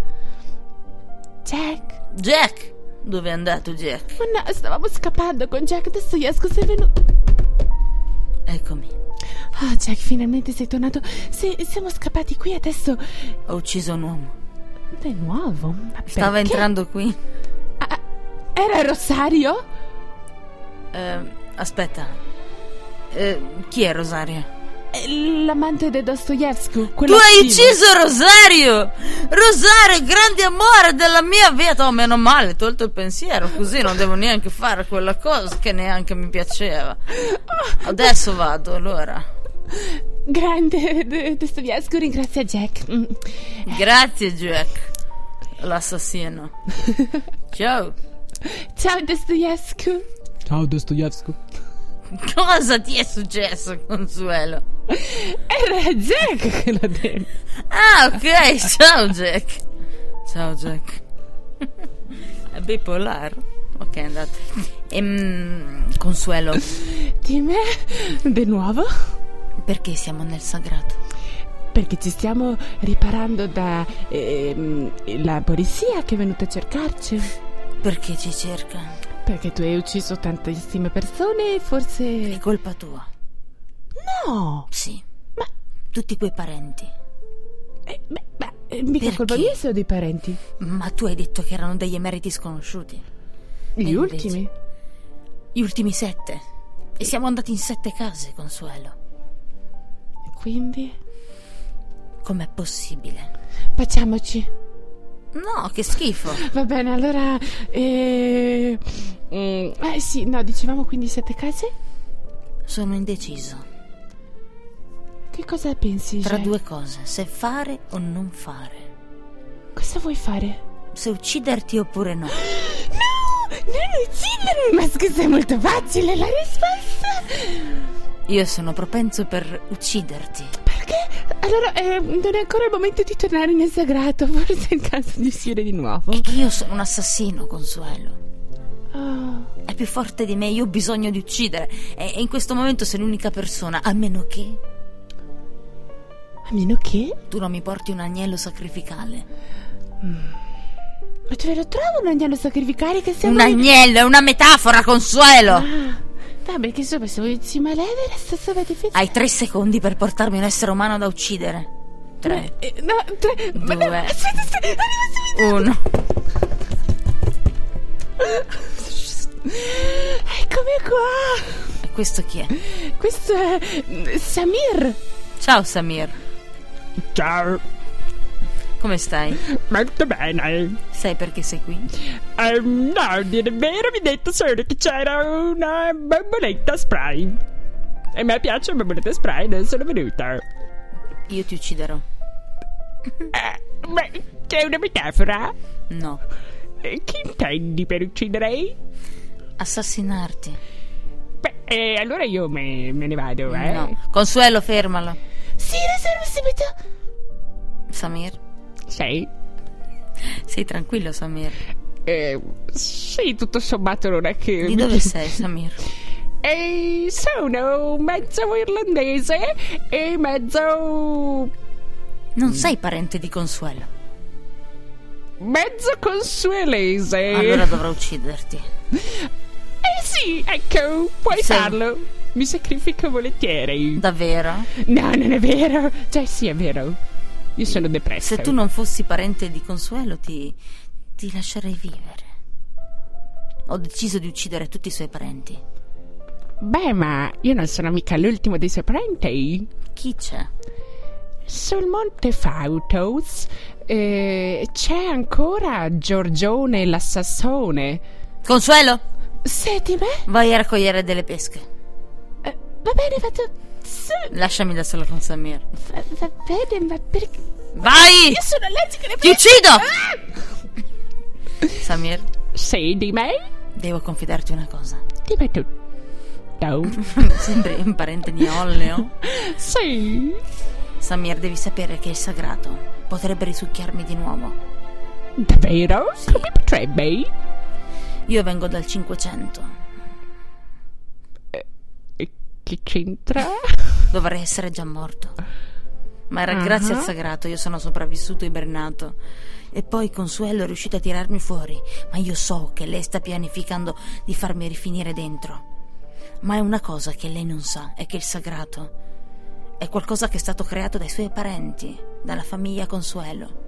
Jack? Jack? Dove è andato Jack? Oh no, stavamo scappando con Jack, adesso esco, sei venuto. Eccomi. Oh, Jack, finalmente sei tornato. Se- siamo scappati qui, adesso... Ho ucciso un uomo. Di nuovo? Ma Stava perché? entrando qui. Ah, era Rosario? Eh, aspetta. Eh, chi è Rosario? Eh, L'amante di Dostoevsky. Tu quello hai attivo. ucciso Rosario! Rosario, grande amore della mia vita! Oh, meno male, tolto il pensiero, così non devo neanche fare quella cosa che neanche mi piaceva. Adesso vado, allora. Grande D- Dostoevsky, ringrazia Jack. Mm. Grazie, Jack. L'assassino. Ciao. Ciao Dostoevsky. Ciao Dostoevsky. Cosa ti è successo, Consuelo? Era Jack che l'ha detto. Ah, ok. Ciao, Jack. Ciao, Jack. È bipolare. Ok, andate. Ehm, Consuelo, Di me? Di nuovo? perché siamo nel sagrato? Perché ci stiamo riparando da ehm, la polizia che è venuta a cercarci. Perché ci cerca? Perché tu hai ucciso tantissime persone e forse... È colpa tua. No! Sì. Ma... Tutti quei parenti. Eh, beh, beh, eh, mica Perché? colpa mia se ho dei parenti. Ma tu hai detto che erano degli emeriti sconosciuti. Gli E invece? ultimi? Gli ultimi sette. E siamo andati in sette case, Consuelo. Quindi... Com'è possibile? Baciamoci. No, che schifo. Va bene, allora... Eh, mm, eh sì, no, dicevamo quindi siete case? Sono indeciso Che cosa pensi, tra Jay? due cose, se fare o non fare. Cosa vuoi fare? Se ucciderti oppure no. No, non uccidermi! Ma scusa, è molto facile la risposta. Io sono propenso per ucciderti. Perché? Allora, eh, non è ancora il momento di tornare nel sagrato. Forse è il caso di uscire di nuovo. È che io sono un assassino, Consuelo. Oh. È più forte di me, io ho bisogno di uccidere. E e in questo momento sei l'unica persona, a meno che A meno che... tu non mi porti un agnello sacrificale. Ma dove lo trovo un agnello sacrificare che siamo... Un agnello, è una metafora, Consuelo. Ah, vabbè, che insomma, se vuoi insieme all'Everest, sarà difficile. Hai tre secondi per portarmi un essere umano da uccidere. Tre, Eh, no, tre... ma no, Due. aspetta, aspetta, arrivo subito. uno. Eccomi qua. E questo chi è? Questo è mm, Samir. Ciao Samir, Ciao, come stai? molto bene. Sai perché sei qui? Ehm, no, a dire il vero, mi ha detto solo che c'era una bomboletta spray. E a me piace la bomboletta spray, non sono venuta. Io ti ucciderò. Eh, ma c'è una metafora? No, Eh, Che intendi per uccidere? assassinarti. Beh, eh, allora io me, me ne vado, eh. No, Consuelo, fermalo. Sì, riservo subito. Samir, Sei? sei tranquillo, Samir. Eh, sì, tutto sommato non è che... Di dove sei, Samir? E sono mezzo irlandese e mezzo... Non sei parente di Consuelo. mezzo consuelese. Allora dovrò ucciderti. Eh sì, ecco, puoi Sì. farlo. Mi sacrifico volentieri. Davvero? No, non è vero. Cioè, sì, è vero. Io sono depressa. Se tu non fossi parente di Consuelo ti, ti lascerei vivere. Ho deciso di uccidere tutti i suoi parenti. Beh, ma io non sono mica l'ultimo dei suoi parenti. Chi c'è? Sul Monte Fautos eh, c'è ancora Giorgione l'assassone. Consuelo, Senti me? vai a raccogliere delle pesche. Eh, va bene, vado. Sì, Lasciami da sola con Samir. va, va bene, ma perché... Vai! Io sono allergica alle Ti uccido! Samir, Sì, di me? devo confidarti una cosa. Dimmi tu. No. Sembri un parente di Olleo. Sì. Samir, devi sapere che il sagrato potrebbe risucchiarmi di nuovo. Davvero? Come potrebbe? Io vengo dal Cinquecento. E che c'entra? Dovrei essere già morto. Ma era Ah. grazie al sagrato io sono sopravvissuto ibernato. E poi Consuelo è riuscita a tirarmi fuori. Ma io so che lei sta pianificando di farmi rifinire dentro. Ma è una cosa che lei non sa, è che il sagrato è qualcosa che è stato creato dai suoi parenti, dalla famiglia Consuelo.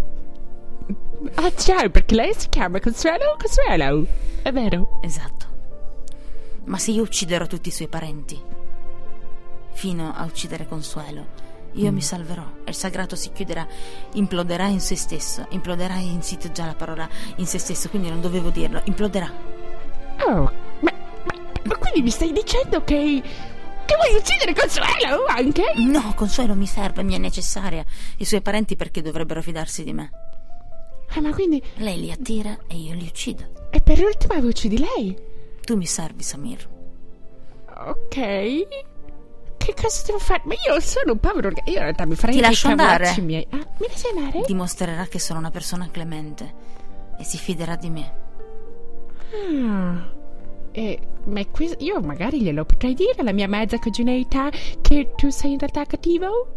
Ah già, perché lei si chiama Consuelo Consuelo. È vero? Esatto. Ma se io ucciderò tutti i suoi parenti, fino a uccidere Consuelo, io mi salverò e il sagrato si chiuderà, imploderà in se stesso. Imploderà, è insito già la parola in se stesso, quindi non dovevo dirlo. Imploderà. Oh, ma, ma, ma quindi mi stai dicendo che... che vuoi uccidere Consuelo anche? No, Consuelo mi serve, mi è necessaria. I suoi parenti perché dovrebbero fidarsi di me? Ah, ma quindi... Lei li attira e io li uccido. E per l'ultima voce di lei? Tu mi servi, Samir. Ok. Che cosa devo fare? Ma io sono un povero... orga- Io in realtà mi farei Ti dei lascio andare? cavolacci miei. Ah, Mi lasci andare? Dimostrerà che sono una persona clemente e si fiderà di me. ah. E, ma qui, io magari glielo potrei dire alla mia mezza cuginetta che tu sei in realtà cattivo?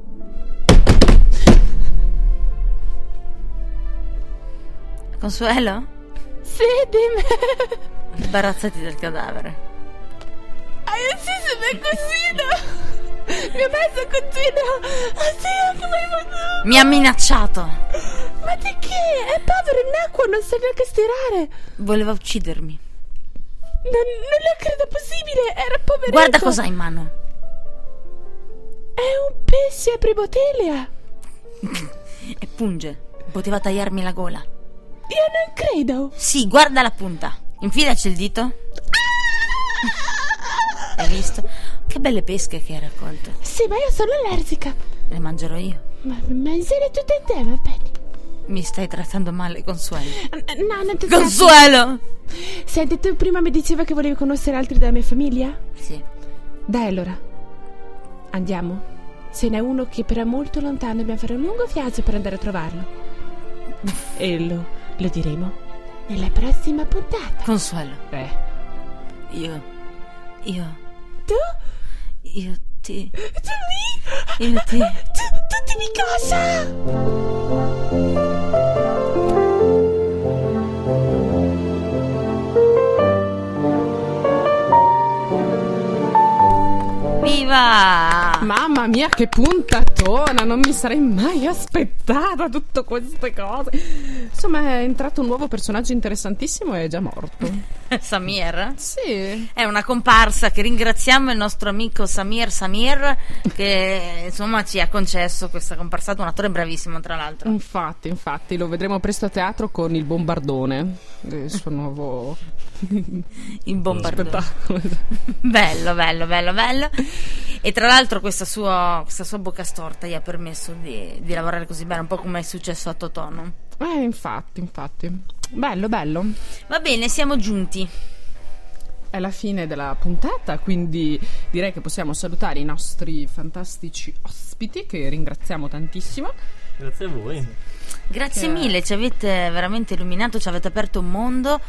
Consuelo? Sì, dimmi. Sbarazzati del cadavere. Ah, sì, sei mio cugino. Mio mezzo cugino. Ah, sì, come hai fatto? Mi ha minacciato. Ma di che? È povero in acqua, non sa neanche stirare. Voleva uccidermi. Non, non lo credo possibile, era poveretto. Guarda cosa ha in mano. È un pesce a primotelia. punge. Poteva tagliarmi la gola. Io non credo. Sì, guarda la punta. Infilaci il dito. Hai visto? Che belle pesche che hai raccolto. Sì, ma io sono allergica. Le mangerò io. Ma mangiare tutte e te, va bene. Mi stai trattando male, Consuelo. No, non ti Consuelo! Senti, tu prima mi dicevi che volevi conoscere altri della mia famiglia? Sì. Dai, allora. Andiamo. Ce n'è uno che però è molto lontano. Dobbiamo fare un lungo viaggio per andare a trovarlo. E lo, lo diremo nella prossima puntata. Consuelo. Eh. Io. Io. Tu? Io ti. Tu mi? Io ti. Tu, tu dimmi cosa? Viva! Mamma mia, che puntatona! Non mi sarei mai aspettata tutte queste cose. Insomma, è entrato un nuovo personaggio interessantissimo e è già morto. Samir? Sì. È una comparsa che ringraziamo il nostro amico Samir Samir che insomma ci ha concesso questa comparsata, un attore bravissimo tra l'altro. Infatti, infatti, lo vedremo presto a teatro con il Bombardone, il suo nuovo il bombardone. spettacolo. Bello, bello, bello, bello. E tra l'altro questa sua, questa sua bocca storta gli ha permesso di, di lavorare così bene, un po' come è successo a Totò, no? Eh, infatti, infatti. Bello, bello. Va bene, siamo giunti. È la fine della puntata, quindi direi che possiamo salutare i nostri fantastici ospiti, che ringraziamo tantissimo. Grazie a voi. Grazie Che- mille, ci avete veramente illuminato, ci avete aperto un mondo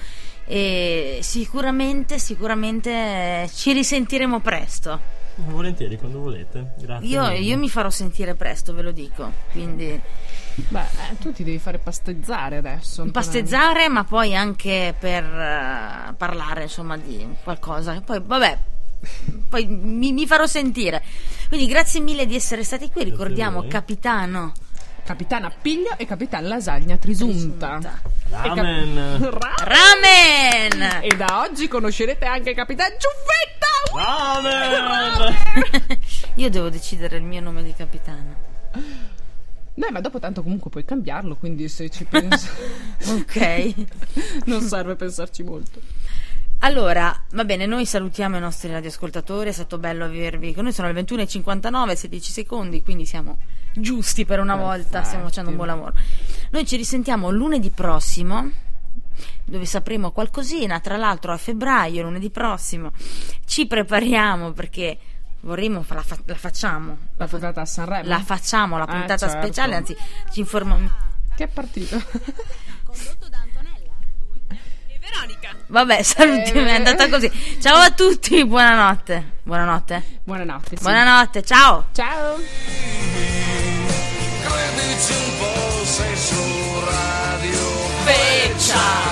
e sicuramente, sicuramente eh, ci risentiremo presto. Volentieri, quando volete. Grazie. Io, mille. io mi farò sentire presto, ve lo dico. Quindi Beh, eh, tu ti devi fare pastezzare adesso. pastezzare, ma poi anche per eh, parlare, insomma, di qualcosa. E poi, vabbè, poi mi, mi farò sentire. Quindi grazie mille di essere stati qui. Ricordiamo a voi. capitano Capitana Piglio e Capitan Lasagna Trisunta. Trisunta. Ramen. Ra- Ramen. E da oggi conoscerete anche Capitan Ciuffetta. Ramen. Io devo decidere il mio nome di capitano. Beh, ma dopo tanto comunque puoi cambiarlo, quindi se ci pensi Ok. non serve pensarci molto. Allora, va bene, noi salutiamo i nostri radioascoltatori, è stato bello avervi con noi, sono le ventuno e cinquantanove, sedici secondi, quindi siamo giusti per una volta, Perfetti. stiamo facendo un buon lavoro. Noi ci risentiamo lunedì prossimo, dove sapremo qualcosina, tra l'altro a febbraio, lunedì prossimo, ci prepariamo perché vorremmo, fa- la, fa- la facciamo, La puntata a Sanremo? la facciamo, la Eh, puntata certo. speciale, anzi ci informiamo. Che partito? Condotto da Antonella e Veronica. Vabbè, salutiamo, è andata così. Ciao a tutti, buonanotte. Buonanotte. Buonanotte. sì. Buonanotte, ciao. Ciao. Credici un po', sei su Radio Feccia.